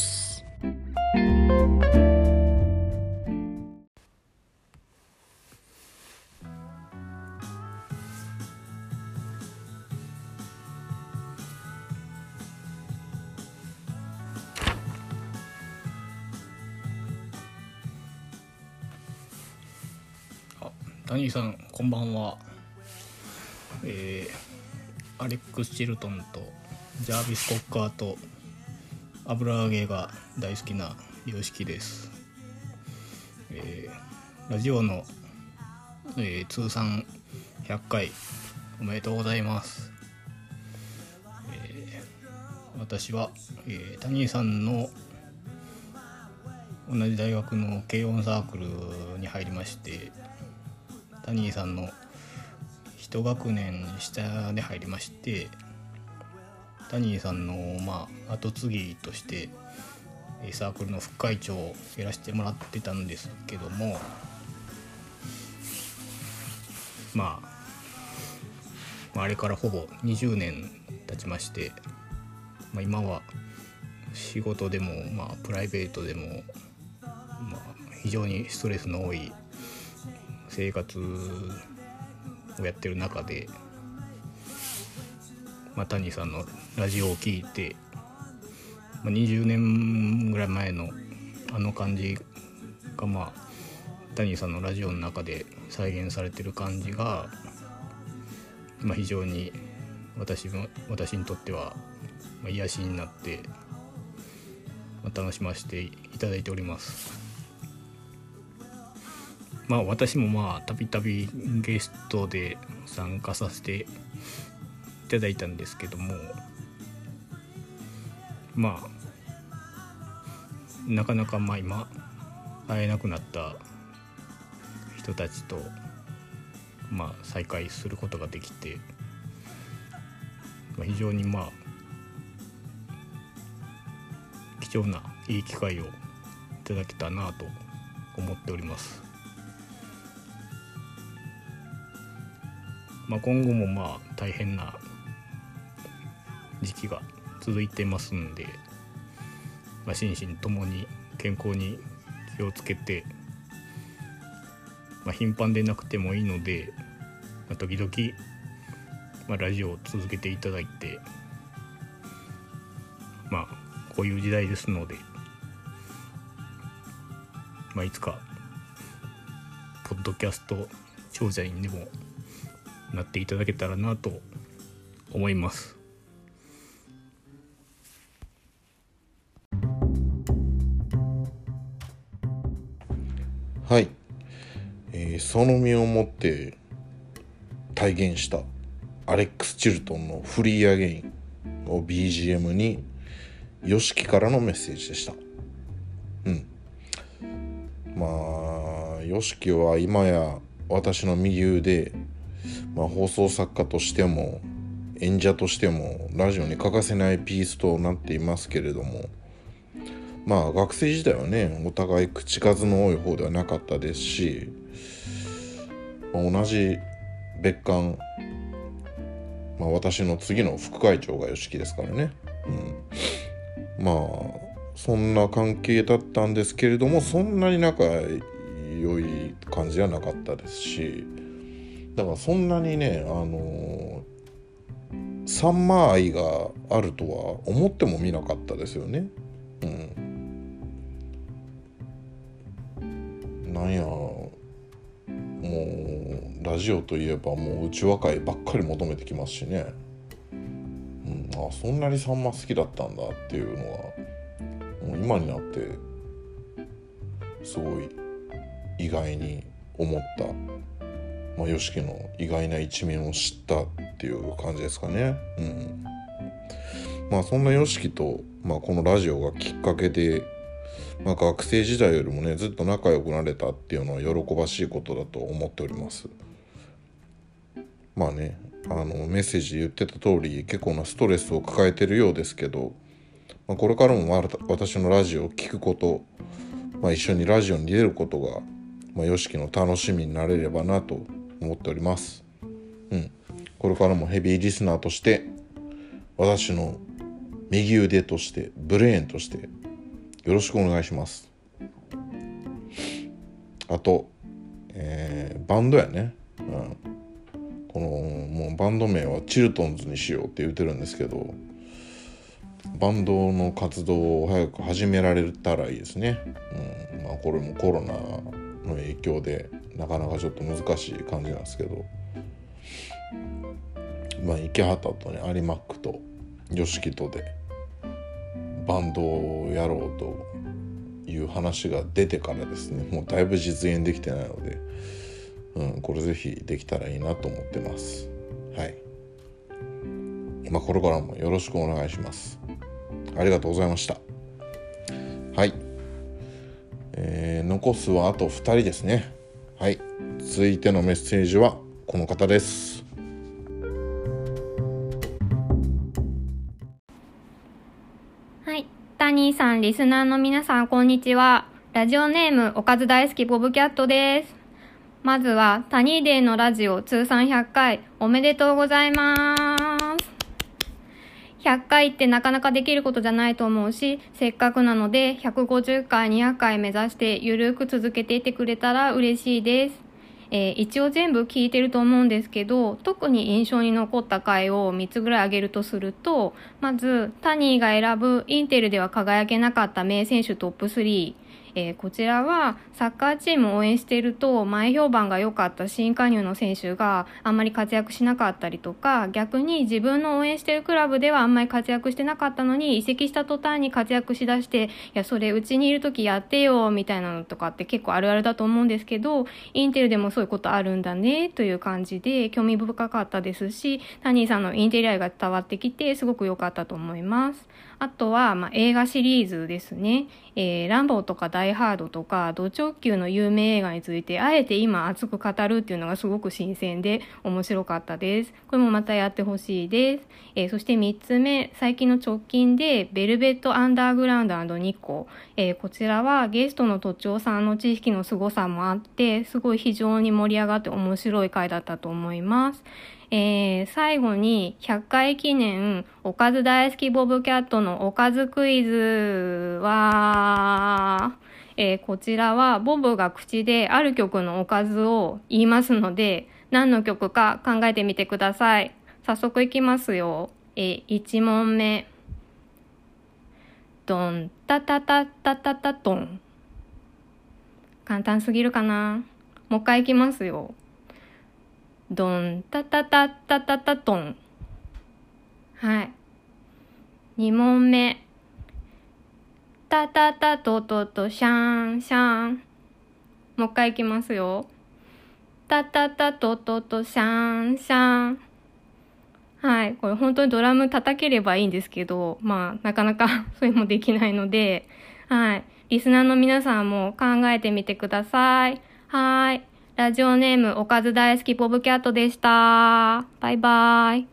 I: 谷さんこんばんは。えー、アレックス・チルトンとジャービス・コッカーと油揚げが大好きな洋式です。えー、ラジオの、えー、通算ひゃっかいおめでとうございます。えー、私は、えー、谷さんの同じ大学の軽音サークルに入りまして、谷さんの一学年下で入りまして、谷さんのまあ後継ぎとしてサークルの副会長をやらせてもらってたんですけども、まああれからほぼにじゅうねん経ちまして、まあ、今は仕事でもまあプライベートでもまあ非常にストレスの多い生活をやってる中で、まあ、谷さんのラジオを聞いて、まあ、にじゅうねんぐらい前のあの感じが、まあ谷さんのラジオの中で再現されてる感じが、まあ、非常に私も私にとっては癒しになって、まあ、楽しませていただいております。まあ私もまあたびたびゲストで参加させていただいたんですけども、まあなかなかまあ今会えなくなった人たちとまあ再会することができて、まあ、非常にまあ貴重ないい機会をいただけたなと思っております。まあ、今後もまあ大変な時期が続いてますんで、まあ、心身ともに健康に気をつけて、まあ、頻繁でなくてもいいので、まあ、時々、まあ、ラジオを続けていただいて、まあこういう時代ですので、まあ、いつかポッドキャスト長者にでもなっていただけたらなと思います。
B: はい、えー、その身をもって体現したアレックス・チルトンのフリーアゲインを ビージーエム にヨシキからのメッセージでした。うんまあヨシキは今や私の右腕、まあ、放送作家としても演者としてもラジオに欠かせないピースとなっていますけれども、まあ学生時代はねお互い口数の多い方ではなかったですし、まあ、同じ別館、まあ、私の次の副会長が吉木ですからね、うん、まあそんな関係だったんですけれども、そんなに仲良い感じじゃなかったですし、だからそんなにねあのさんま愛があるとは思ってもみなかったですよね。うん、なんやもうラジオといえばもううちわ会ばっかり求めてきますしね、うん、あそんなにさんま好きだったんだっていうのはもう今になってすごい意外に思った、まあ、YOSHIKIの意外な一面を知ったっていう感じですかね。うん、まあそんな YOSHIKI と、まあ、このラジオがきっかけで、まあ、学生時代よりもねずっと仲良くなれたっていうのは喜ばしいことだと思っております。まあねあのメッセージ言ってた通り結構なストレスを抱えてるようですけど、まあ、これからも私のラジオを聞くこと、まあ、一緒にラジオに出ることが、まあ、YOSHIKIの楽しみになれればなと思っております。うん、これからもヘビーリスナーとして私の右腕としてブレーンとしてよろしくお願いします。あと、えー、バンドやね、うん、このもうバンド名はチルトンズにしようって言ってるんですけど、バンドの活動を早く始められたらいいですね。うん、まあこれもコロナの影響でなかなかちょっと難しい感じなんですけど、まあ池畑とねアリマックとYOSHIKIとでバンドをやろうという話が出てからですね、もうだいぶ実現できてないので、うん、これぜひできたらいいなと思ってます。はい。まあこれからもよろしくお願いします。ありがとうございました。はい。えー、残すはあとふたりですね。はい。続いてのメッセージはこの方です。
J: タニーさん、リスナーの皆さん、こんにちは。ラジオネーム、おかず大好きボブキャットです。まずは、タニーデーのラジオ通算ひゃっかい、おめでとうございます。ひゃっかいってなかなかできることじゃないと思うし、せっかくなので、ひゃくごじゅっかい、にひゃっかい目指して、ゆるく続けていってくれたら嬉しいです。えー、一応全部聞いてると思うんですけど、特に印象に残った回をみっつぐらい挙げるとすると、まずタニーが選ぶインテルでは輝けなかった名選手トップスリー、えー、こちらはサッカーチームを応援していると前評判が良かった新加入の選手があんまり活躍しなかったりとか、逆に自分の応援しているクラブではあんまり活躍してなかったのに移籍した途端に活躍しだして、いやそれうちにいる時やってよみたいなのとかって結構あるあるだと思うんですけど、インテルでもそういうことあるんだねという感じで興味深かったですし、タニーさんのインテリ愛が伝わってきてすごく良かったと思います。あとは、まあ、映画シリーズですね。えー、ランボーとかダイハードとか、ド直球の有名映画について、あえて今熱く語るっていうのがすごく新鮮で面白かったです。これもまたやってほしいです。えー、そしてみっつめ、最近の直近で、ベルベットアンダーグラウンドニコ。えー、こちらはゲストのとちおさんの知識の凄さもあって、すごい非常に盛り上がって面白い回だったと思います。えー、最後にひゃっかい記念おかず大好きボブキャットのおかずクイズは、えー、こちらはボブが口である曲のおかずを言いますので、何の曲か考えてみてください。早速いきますよ。えー、いち問目。ドンタタタタタタトン。簡単すぎるかな。もう一回いきますよ。ドンタタタタタタトン。はい。に問目。タタタトトトシャンシャン。もう一回いきますよ。タタタトトトシャンシャン。はい。これ本当にドラム叩ければいいんですけど、まあなかなかそれもできないので、はい。リスナーの皆さんも考えてみてください。はい。ラジオネームおかず大好きボブキャットでした。バイバイ。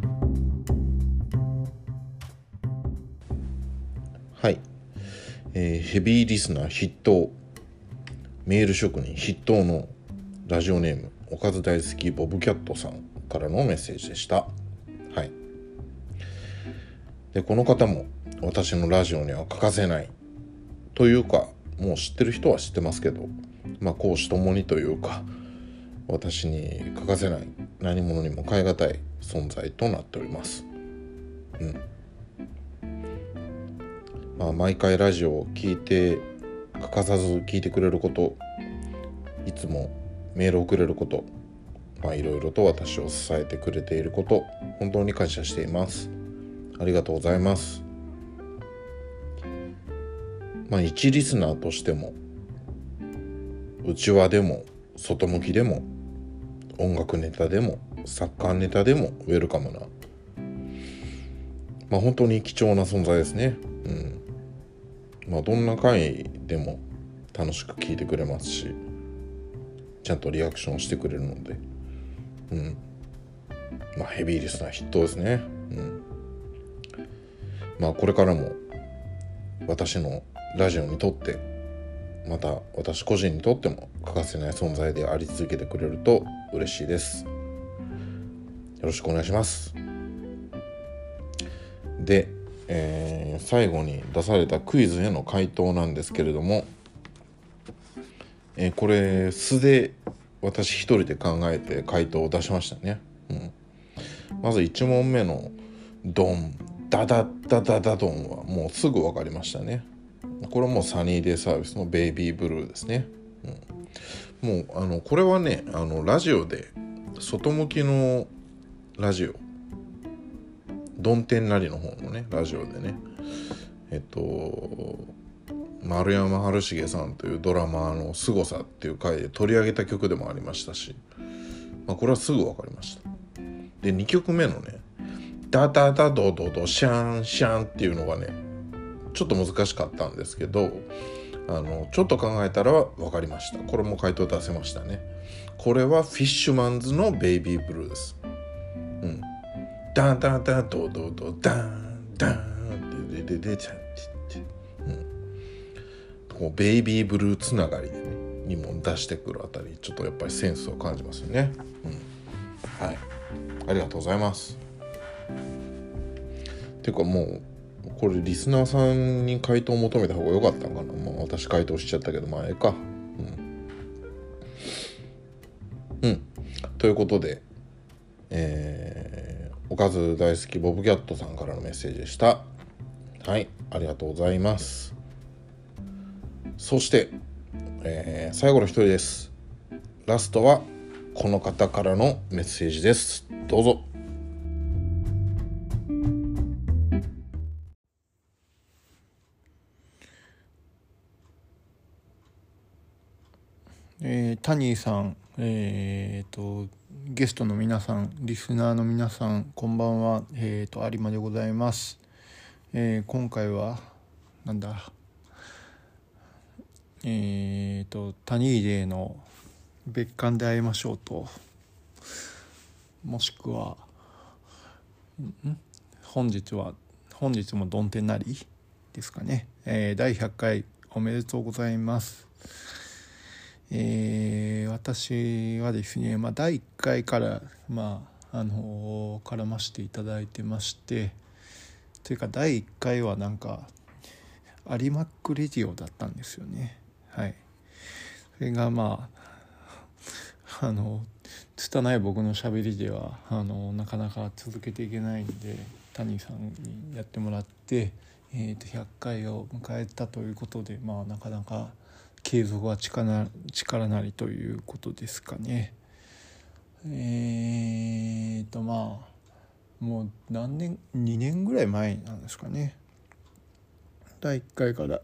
B: はい、えー、ヘビーリスナー筆頭メール職人筆頭のラジオネームおかず大好きボブキャットさんからのメッセージでした。はい。でこの方も私のラジオには欠かせないというか、もう知ってる人は知ってますけど、 まあ公私ともにというか、私に欠かせない、何者にも代え難い存在となっております。うんまあ、毎回ラジオを聞いて欠かさず聞いてくれること、いつもメールをくれること、まあいろいろと私を支えてくれていること、本当に感謝しています。ありがとうございます。まあ一リスナーとしても、内輪でも外向きでも音楽ネタでもサッカーネタでもウェルカムな、まあ本当に貴重な存在ですね。うん。まあどんな回でも楽しく聞いてくれますし、ちゃんとリアクションしてくれるので、うん。まあヘビーリスナー筆頭ですね。うん。まあこれからも私のラジオにとって、また私個人にとっても欠かせない存在であり続けてくれると嬉しいです。よろしくお願いします。で、えー、最後に出されたクイズへの回答なんですけれども、えー、これ素で私一人で考えて回答を出しましたね。うん、まずいち問目のドンダダダダダドンはもうすぐ分かりましたね。これはもうサニーデイサービスのベイビーブルーですね。うん、もうあのこれはね、あのラジオで外向きのラジオ、ドンテンなりの方のねラジオでね、えっと丸山春重さんというドラマーの凄さっていう回で取り上げた曲でもありましたし、まあ、これはすぐ分かりました。でにきょくめのねダダダドドドシャンシャンっていうのがねちょっと難しかったんですけど、あのちょっと考えたら分かりました。これも回答出せましたね。これはフィッシュマンズのベイビーブルーです。うん。ダンダンダンドドドダンダンデデデデチャンチッチ、うん。こうベイビーブルーつながりでねにも出してくるあたり、ちょっとやっぱりセンスを感じますよね。うん。はい。ありがとうございます。ていうかもうこれリスナーさんに回答を求めた方が良かったのかな。まあ私回答しちゃったけど、まあええか。うん。うん。ということで、えー、おかず大好きボブキャットさんからのメッセージでした。はい、ありがとうございます。そして、えー、最後の一人です。ラストはこの方からのメッセージです。どうぞ。
I: えー、タニーさん、えー、とゲストの皆さん、リスナーの皆さん、こんばんは。えー、と有馬でございます。えー、今回はなんだ、えー、とタニーデーの別館で会いましょうと、もしくはん本日は本日もどん天なりですかね。えー、だいひゃっかいおめでとうございます。えー、私はですね、まあ、だいいっかいから、まああのー、絡ませていただいてまして、というかだいいっかいはなんか有馬ックレディオだったんですよね。はい。それがまああの拙い僕のしゃべりではあのなかなか続けていけないんで、谷さんにやってもらって、えー、とひゃっかいを迎えたということで、まあなかなか継続は力、力なりということですかね。えーとまあもう何年にねんぐらい前なんですかね。だいいっかいから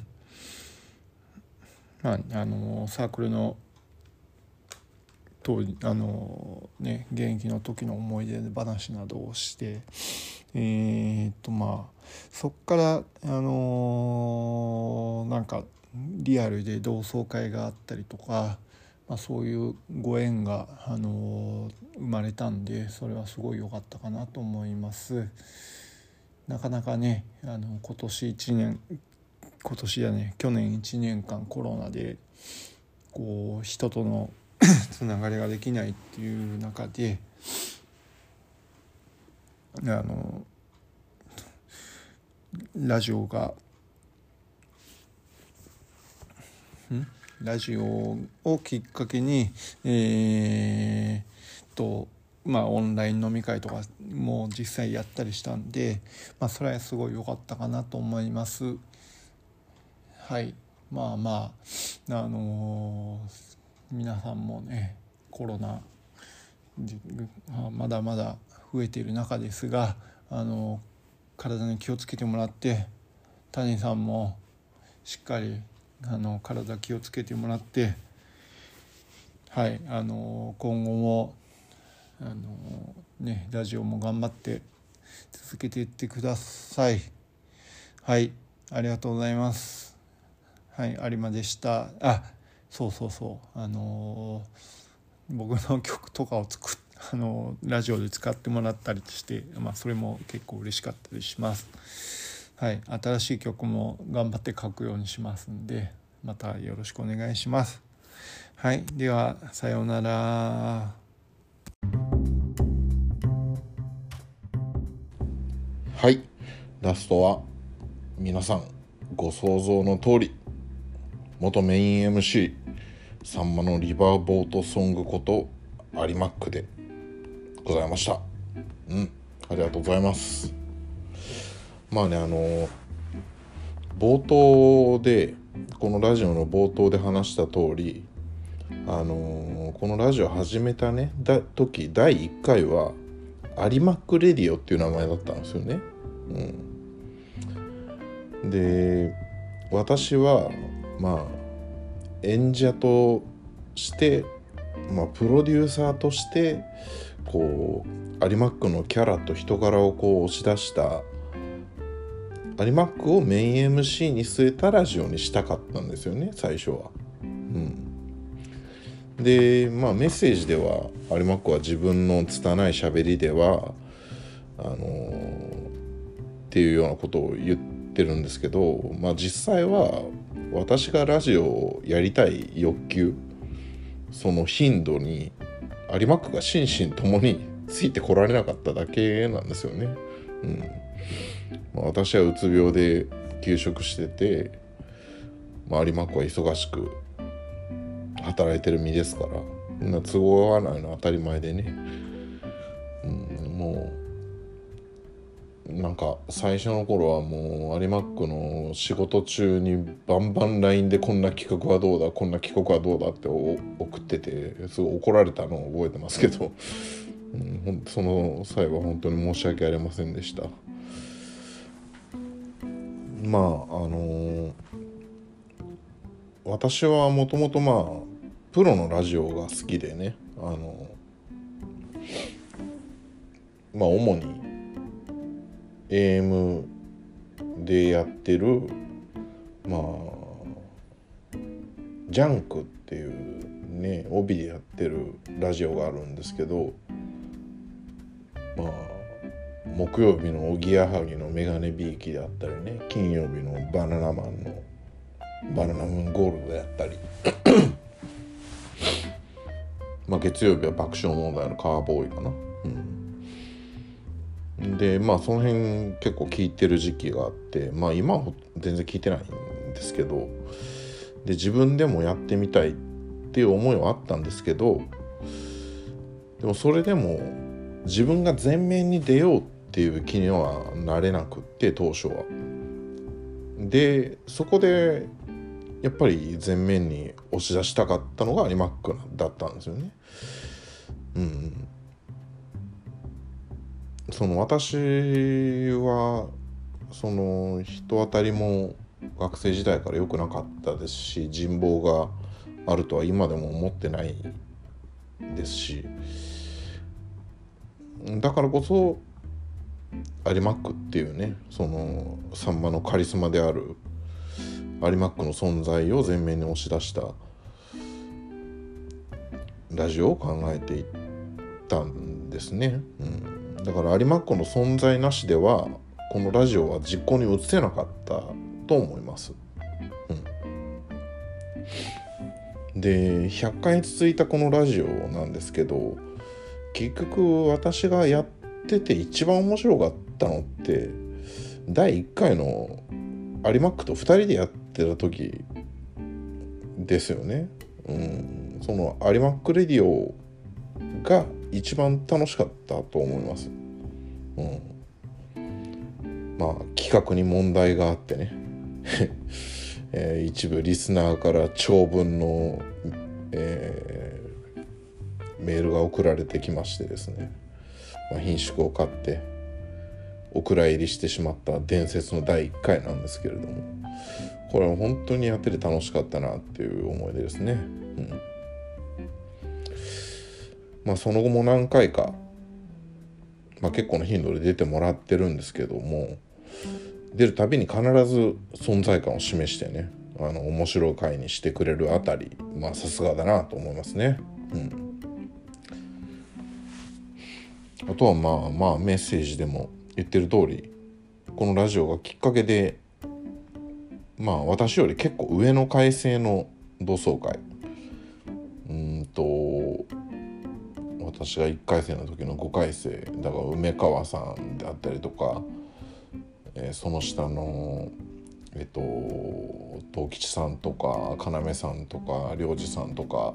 I: まああのサークルの当時あのね現役の時の思い出話などをして、えーとまあそっからあのなんかリアルで同窓会があったりとか、まあ、そういうご縁が、あのー、生まれたんで、それはすごい良かったかなと思います。なかなかね、あの今年いちねん今年やね去年いちねんかんコロナでこう人とのつながりができないっていう中で、あのラジオがん
K: ラジオをきっかけにえー、とまあオンライン飲み会とかも実際やったりしたんで、まあ、それはすごい良かったかなと思います。はい、まあまああのー、皆さんもねコロナまだまだ増えている中ですが、あのー、体に気をつけてもらって、谷さんもしっかりあの体気をつけてもらって、はいあのー、今後もあのー、ねラジオも頑張って続けていってください。はい、ありがとうございます。はい、有馬でした。あ、そうそうそうあのー、僕の曲とかを作っあのー、ラジオで使ってもらったりして、まあそれも結構嬉しかったりします。はい、新しい曲も頑張って書くようにしますんで、またよろしくお願いします。はい、ではさようなら。
B: はい、ラストは皆さんご想像の通り、元メイン エムシー さんまのリバーボートソングことアリマックでございました。うん、ありがとうございます。まあね、あの冒頭でこのラジオの冒頭で話した通り、あのこのラジオ始めたねだ時だいいっかいはアリマックレディオっていう名前だったんですよね。うん、で私はまあ演者として、まあ、プロデューサーとしてこうアリマックのキャラと人柄をこう押し出したアリマックをメイン エムシー に据えたラジオにしたかったんですよね、最初は。うん、でまあメッセージではアリマックは自分の拙い喋りではあのー、っていうようなことを言ってるんですけど、まあ実際は私がラジオをやりたい欲求、その頻度にアリマックが心身ともについてこられなかっただけなんですよね。うんまあ、私はうつ病で休職してて、まあ、アリマックは忙しく働いてる身ですから、そんな都合が合わないのは当たり前でね、うん、もうなんか最初の頃はもう有馬ックの仕事中にバンバン ライン でこんな企画はどうだこんな企画はどうだって送ってて、すごい怒られたのを覚えてますけど、うん、その際は本当に申し訳ありませんでした。まああのー、私はもともとまあプロのラジオが好きでね、あのまあ主に エーエム でやってるまあジャンクっていうね帯でやってるラジオがあるんですけど、まあ木曜日のおぎやはぎのメガネビーキであったりね、金曜日のバナナマンのバナナムーンゴールドであったりまあ月曜日は爆笑問題のカーボーイかな、うん、でまあその辺結構聞いてる時期があって、まあ今は全然聞いてないんですけど、で自分でもやってみたいっていう思いはあったんですけど、でもそれでも自分が前面に出ようっていう気にはなれなくって、当初は。でそこでやっぱり前面に押し出したかったのが有馬ックだったんですよね。うん、その私はその人当たりも学生時代から良くなかったですし、人望があるとは今でも思ってないですし、だからこそ有馬ックっていうね、そのさんまのカリスマである有馬ックの存在を前面に押し出したラジオを考えていったんですね、うん、だから有馬ックの存在なしではこのラジオは実行に移せなかったと思います、うん、でひゃっかい続いたこのラジオなんですけど、結局私がやってて一番面白かったのってだいいっかいの有馬ックとふたりでやってた時ですよね。うん、その有馬ックレディオが一番楽しかったと思います。うん、まあ企画に問題があってね、えー、一部リスナーから長文の、えー、メールが送られてきましてですね、まあ、品種を買ってお蔵入りしてしまった伝説のだいいっかいなんですけれども、これは本当にやってて楽しかったなっていう思い出ですね。うん、まあその後も何回か、まあ、結構な頻度で出てもらってるんですけども、出るたびに必ず存在感を示してね、あの面白い回にしてくれるあたり、まあさすがだなと思いますね。うん、あとはまあまあメッセージでも言ってる通り、このラジオがきっかけで、まあ私より結構上の階生の同窓会、うーんと私がいっかい生の時のごかい生だから梅川さんであったりとか、えー、その下のえっと東吉さんとか要さんとか良二さんとか、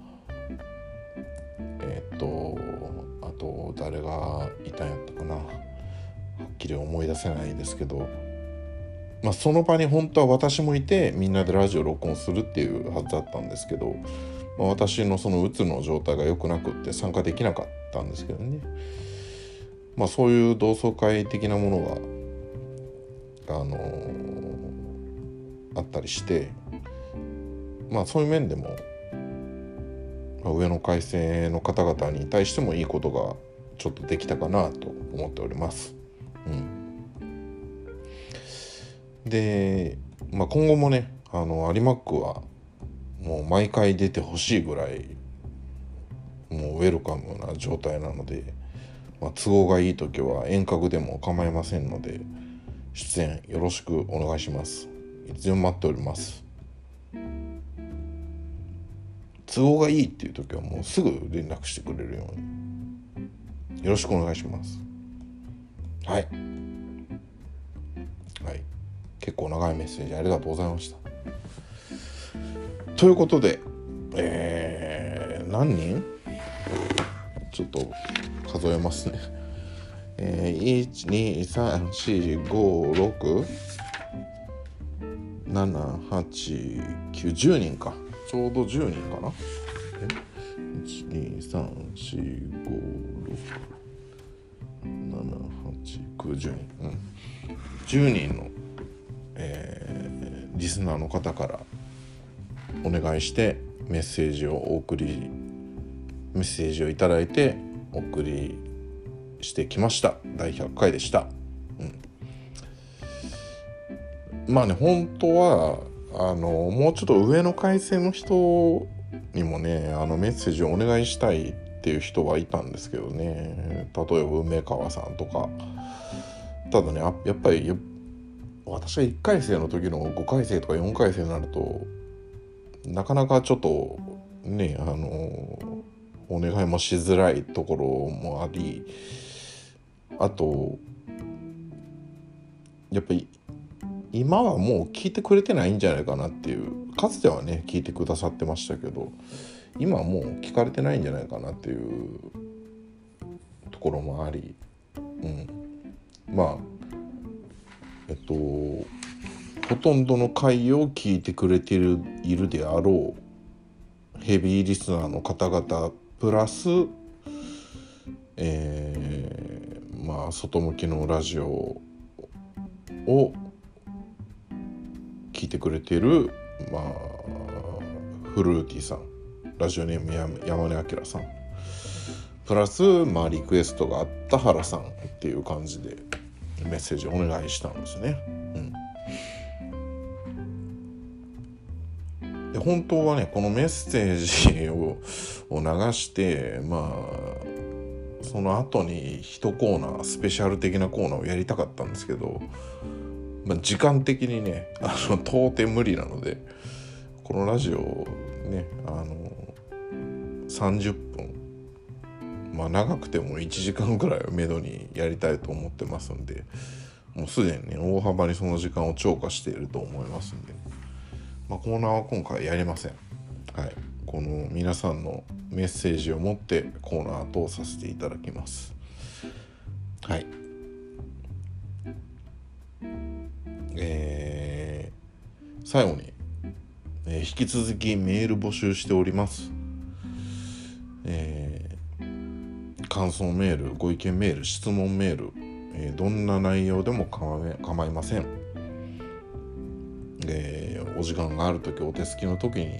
B: えっとあと誰がいたんやったかな、はっきり思い出せないですけど、まあ、その場に本当は私もいてみんなでラジオ録音するっていうはずだったんですけど、まあ、私のそのうつの状態が良くなくって参加できなかったんですけどね、まあ、そういう同窓会的なものが、あのー、あったりして、まあそういう面でも、まあ、上の階生の方々に対してもいいことがちょっとできたかなと思っております。うん、で、まあ、今後もね、あの有馬ックはもう毎回出てほしいぐらいもうウェルカムな状態なので、まあ、都合がいい時は遠隔でも構いませんので出演よろしくお願いします。いつでも待っております。都合がいいっていう時はもうすぐ連絡してくれるようによろしくお願いします。はい、はい、結構長いメッセージありがとうございました。ということで、えー、何人ちょっと数えますね。えー、いち、に、さん、し、ご、ろく、なな、はち、きゅう、じゅうにんか。ちょうどじゅうにんかな。いち、に、さん、し、ご、ろく、なな、はち、きゅう、じゅうにん、うん、じゅうにんの、えー、リスナーの方からお願いしてメッセージをお送りメッセージをいただいてお送りしてきました。だいひゃっかいでした。うん、まあね、本当はあのもうちょっと上の階生の人にもね、あのメッセージをお願いしたいっていう人はいたんですけどね、例えば梅川さんとか。ただね、やっぱり私がいっかい生の時のごかい生とかよんかい生になるとなかなかちょっとね、あのお願いもしづらいところもあり、あとやっぱり今はもう聞いてくれてないんじゃないかなっていう、かつてはね聞いてくださってましたけど今はもう聞かれてないんじゃないかなっていうところもあり、うん、まあえっとほとんどの回を聞いてくれている、いるであろうヘビーリスナーの方々プラス、えー、まあ外向きのラジオを聞いてくれている、まあフルーティーさん、ラジオネーム山根明さんプラス、まあリクエストがあった原さんっていう感じでメッセージお願いしたんですね。うん、で本当はねこのメッセージをを流してまあその後に一コーナースペシャル的なコーナーをやりたかったんですけど、まあ、時間的にねあの到底無理なので、このラジオねあのさんじゅっぷん、まあ長くてもいちじかんぐらいをめどにやりたいと思ってますんで、もうすでにね大幅にその時間を超過していると思いますんで、 まあ、コーナーは今回やりません。はい、この皆さんのメッセージを持ってコーナーとさせていただきます。はい、えー、最後に、えー、引き続きメール募集しております。えー、感想メール、ご意見メール、質問メール、えー、どんな内容でも構いません。えー、お時間があるとき、お手すきのときに、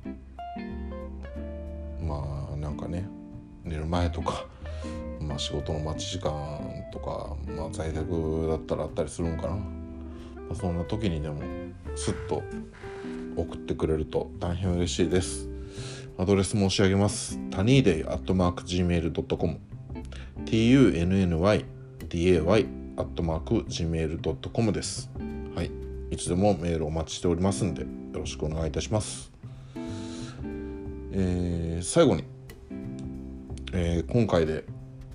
B: まあなんかね、寝る前とか、まあ、仕事の待ち時間とか、まあ、在宅だったらあったりするんかな、まあ、そんな時にでもスッと送ってくれると大変嬉しいです。アドレス申し上げます。タニーデイアットマーク ジーメールドットコム ティーユーエヌエヌワイディーエーワイ アットマーク ジーメールドットコム です。はい、いつでもメールお待ちしておりますんでよろしくお願いいたします。えー、最後に、えー、今回で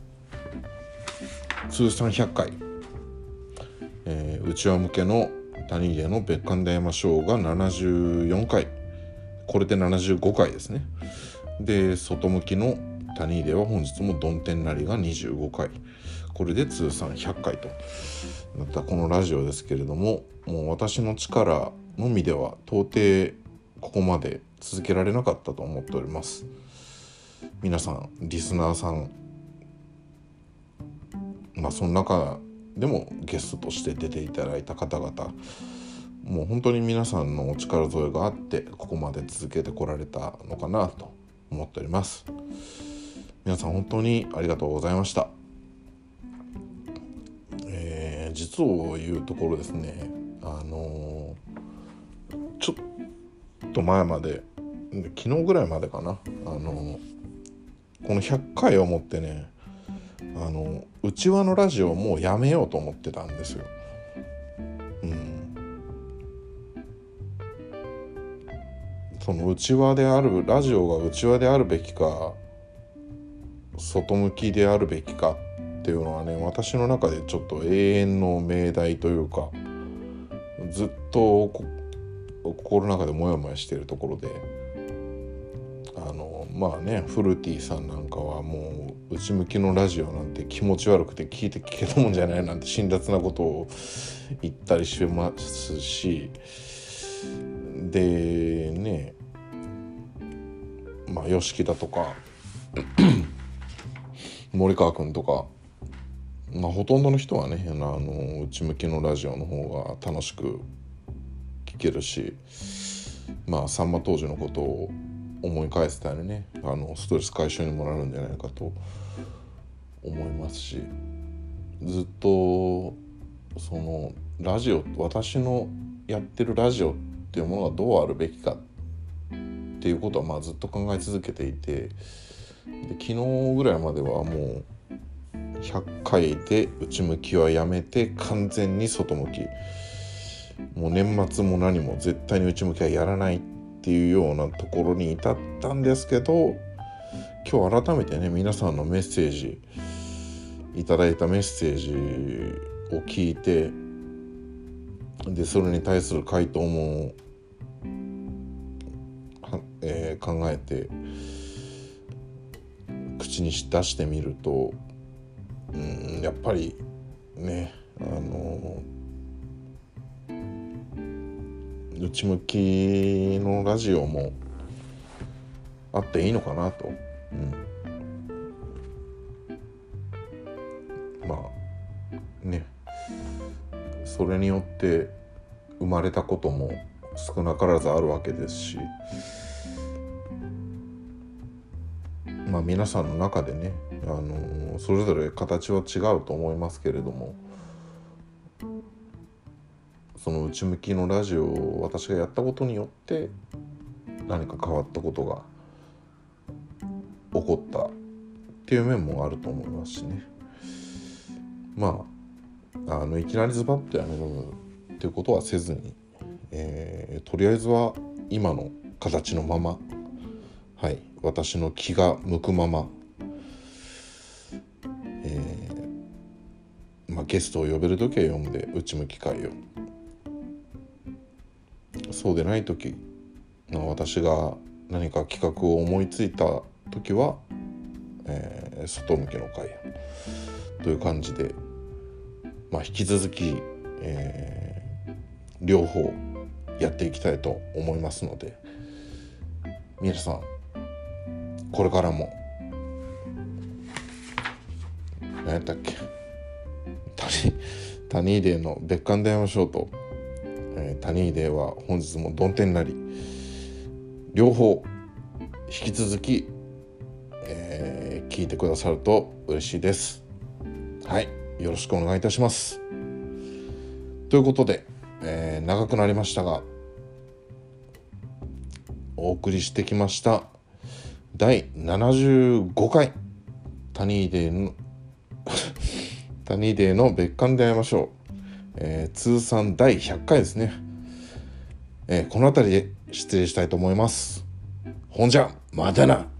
B: 通算ひゃっかい、えー、うちわ向けのタニーデの別館大山ショーがななじゅうよんかい、これでななじゅうごかいですね。で、外向きのタニーデは本日もどん天なりがにじゅうごかい、これで通算ひゃっかいとなったこのラジオですけれども、もう私の力のみでは到底ここまで続けられなかったと思っております。皆さん、リスナーさん、まあその中でもゲストとして出ていただいた方々、もう本当に皆さんのお力添えがあってここまで続けてこられたのかなと思っております。皆さん本当にありがとうございました。えー、実を言うところですね、あのー、ちょっと前まで、昨日ぐらいまでかな、あのー、このひゃっかいをもってね、あのうちわのラジオをもうやめようと思ってたんですよ。うん、そのうちわであるラジオがうちわであるべきか外向きであるべきかっていうのはね、私の中でちょっと永遠の命題というか、ずっと心の中でモヤモヤしているところで、あのまあね、フルティさんなんかはもう内向きのラジオなんて気持ち悪くて聞いて聞けたもんじゃないなんて辛辣なことを言ったりしますし、でね、まあ ヨシキだとか森川くんとか、まあほとんどの人はね、あの内向きのラジオの方が楽しく聞けるし、まあさんま当時のことを思い返せたりね、あのストレス解消にもなるんじゃないかと思いますし、ずっとそのラジオ、私のやってるラジオっていうものがどうあるべきかっていうことはまあずっと考え続けていて、で昨日ぐらいまではもうひゃっかいで内向きはやめて完全に外向き、もう年末も何も絶対に内向きはやらないっていうようなところに至ったんですけど、今日改めてね、皆さんのメッセージいただいたメッセージを聞いて、でそれに対する回答も、えー、考えて口に出してみると、うん、やっぱりね、あの内向きのラジオもあっていいのかなと、うん、まあね、それによって生まれたことも少なからずあるわけですし、まあ皆さんの中でね、あのそれぞれ形は違うと思いますけれども、その内向きのラジオを私がやったことによって何か変わったことが起こったっていう面もあると思いますしね。まあ、あのいきなりズバッとやめるっていうことはせずに、えー、とりあえずは今の形のまま、はい、私の気が向くまま、えーまあ、ゲストを呼べるときは呼んで内向き会をそうでない時、まあ、私が何か企画を思いついた時は、えー、外向けの会という感じで、まあ、引き続き、えー、両方やっていきたいと思いますので、皆さんこれからも何やったっけタニタニーデーの別館で会いましょうと、えー、タニーデーは本日も曇天なり、両方引き続き、えー、聞いてくださると嬉しいです。はい、よろしくお願いいたします。ということで、えー、長くなりましたがお送りしてきましただいななじゅうごかいタニーデーのタニーデーの別館で会いましょう、えー、通算だいひゃっかいですね、えー、この辺りで失礼したいと思います。ほんじゃまたな。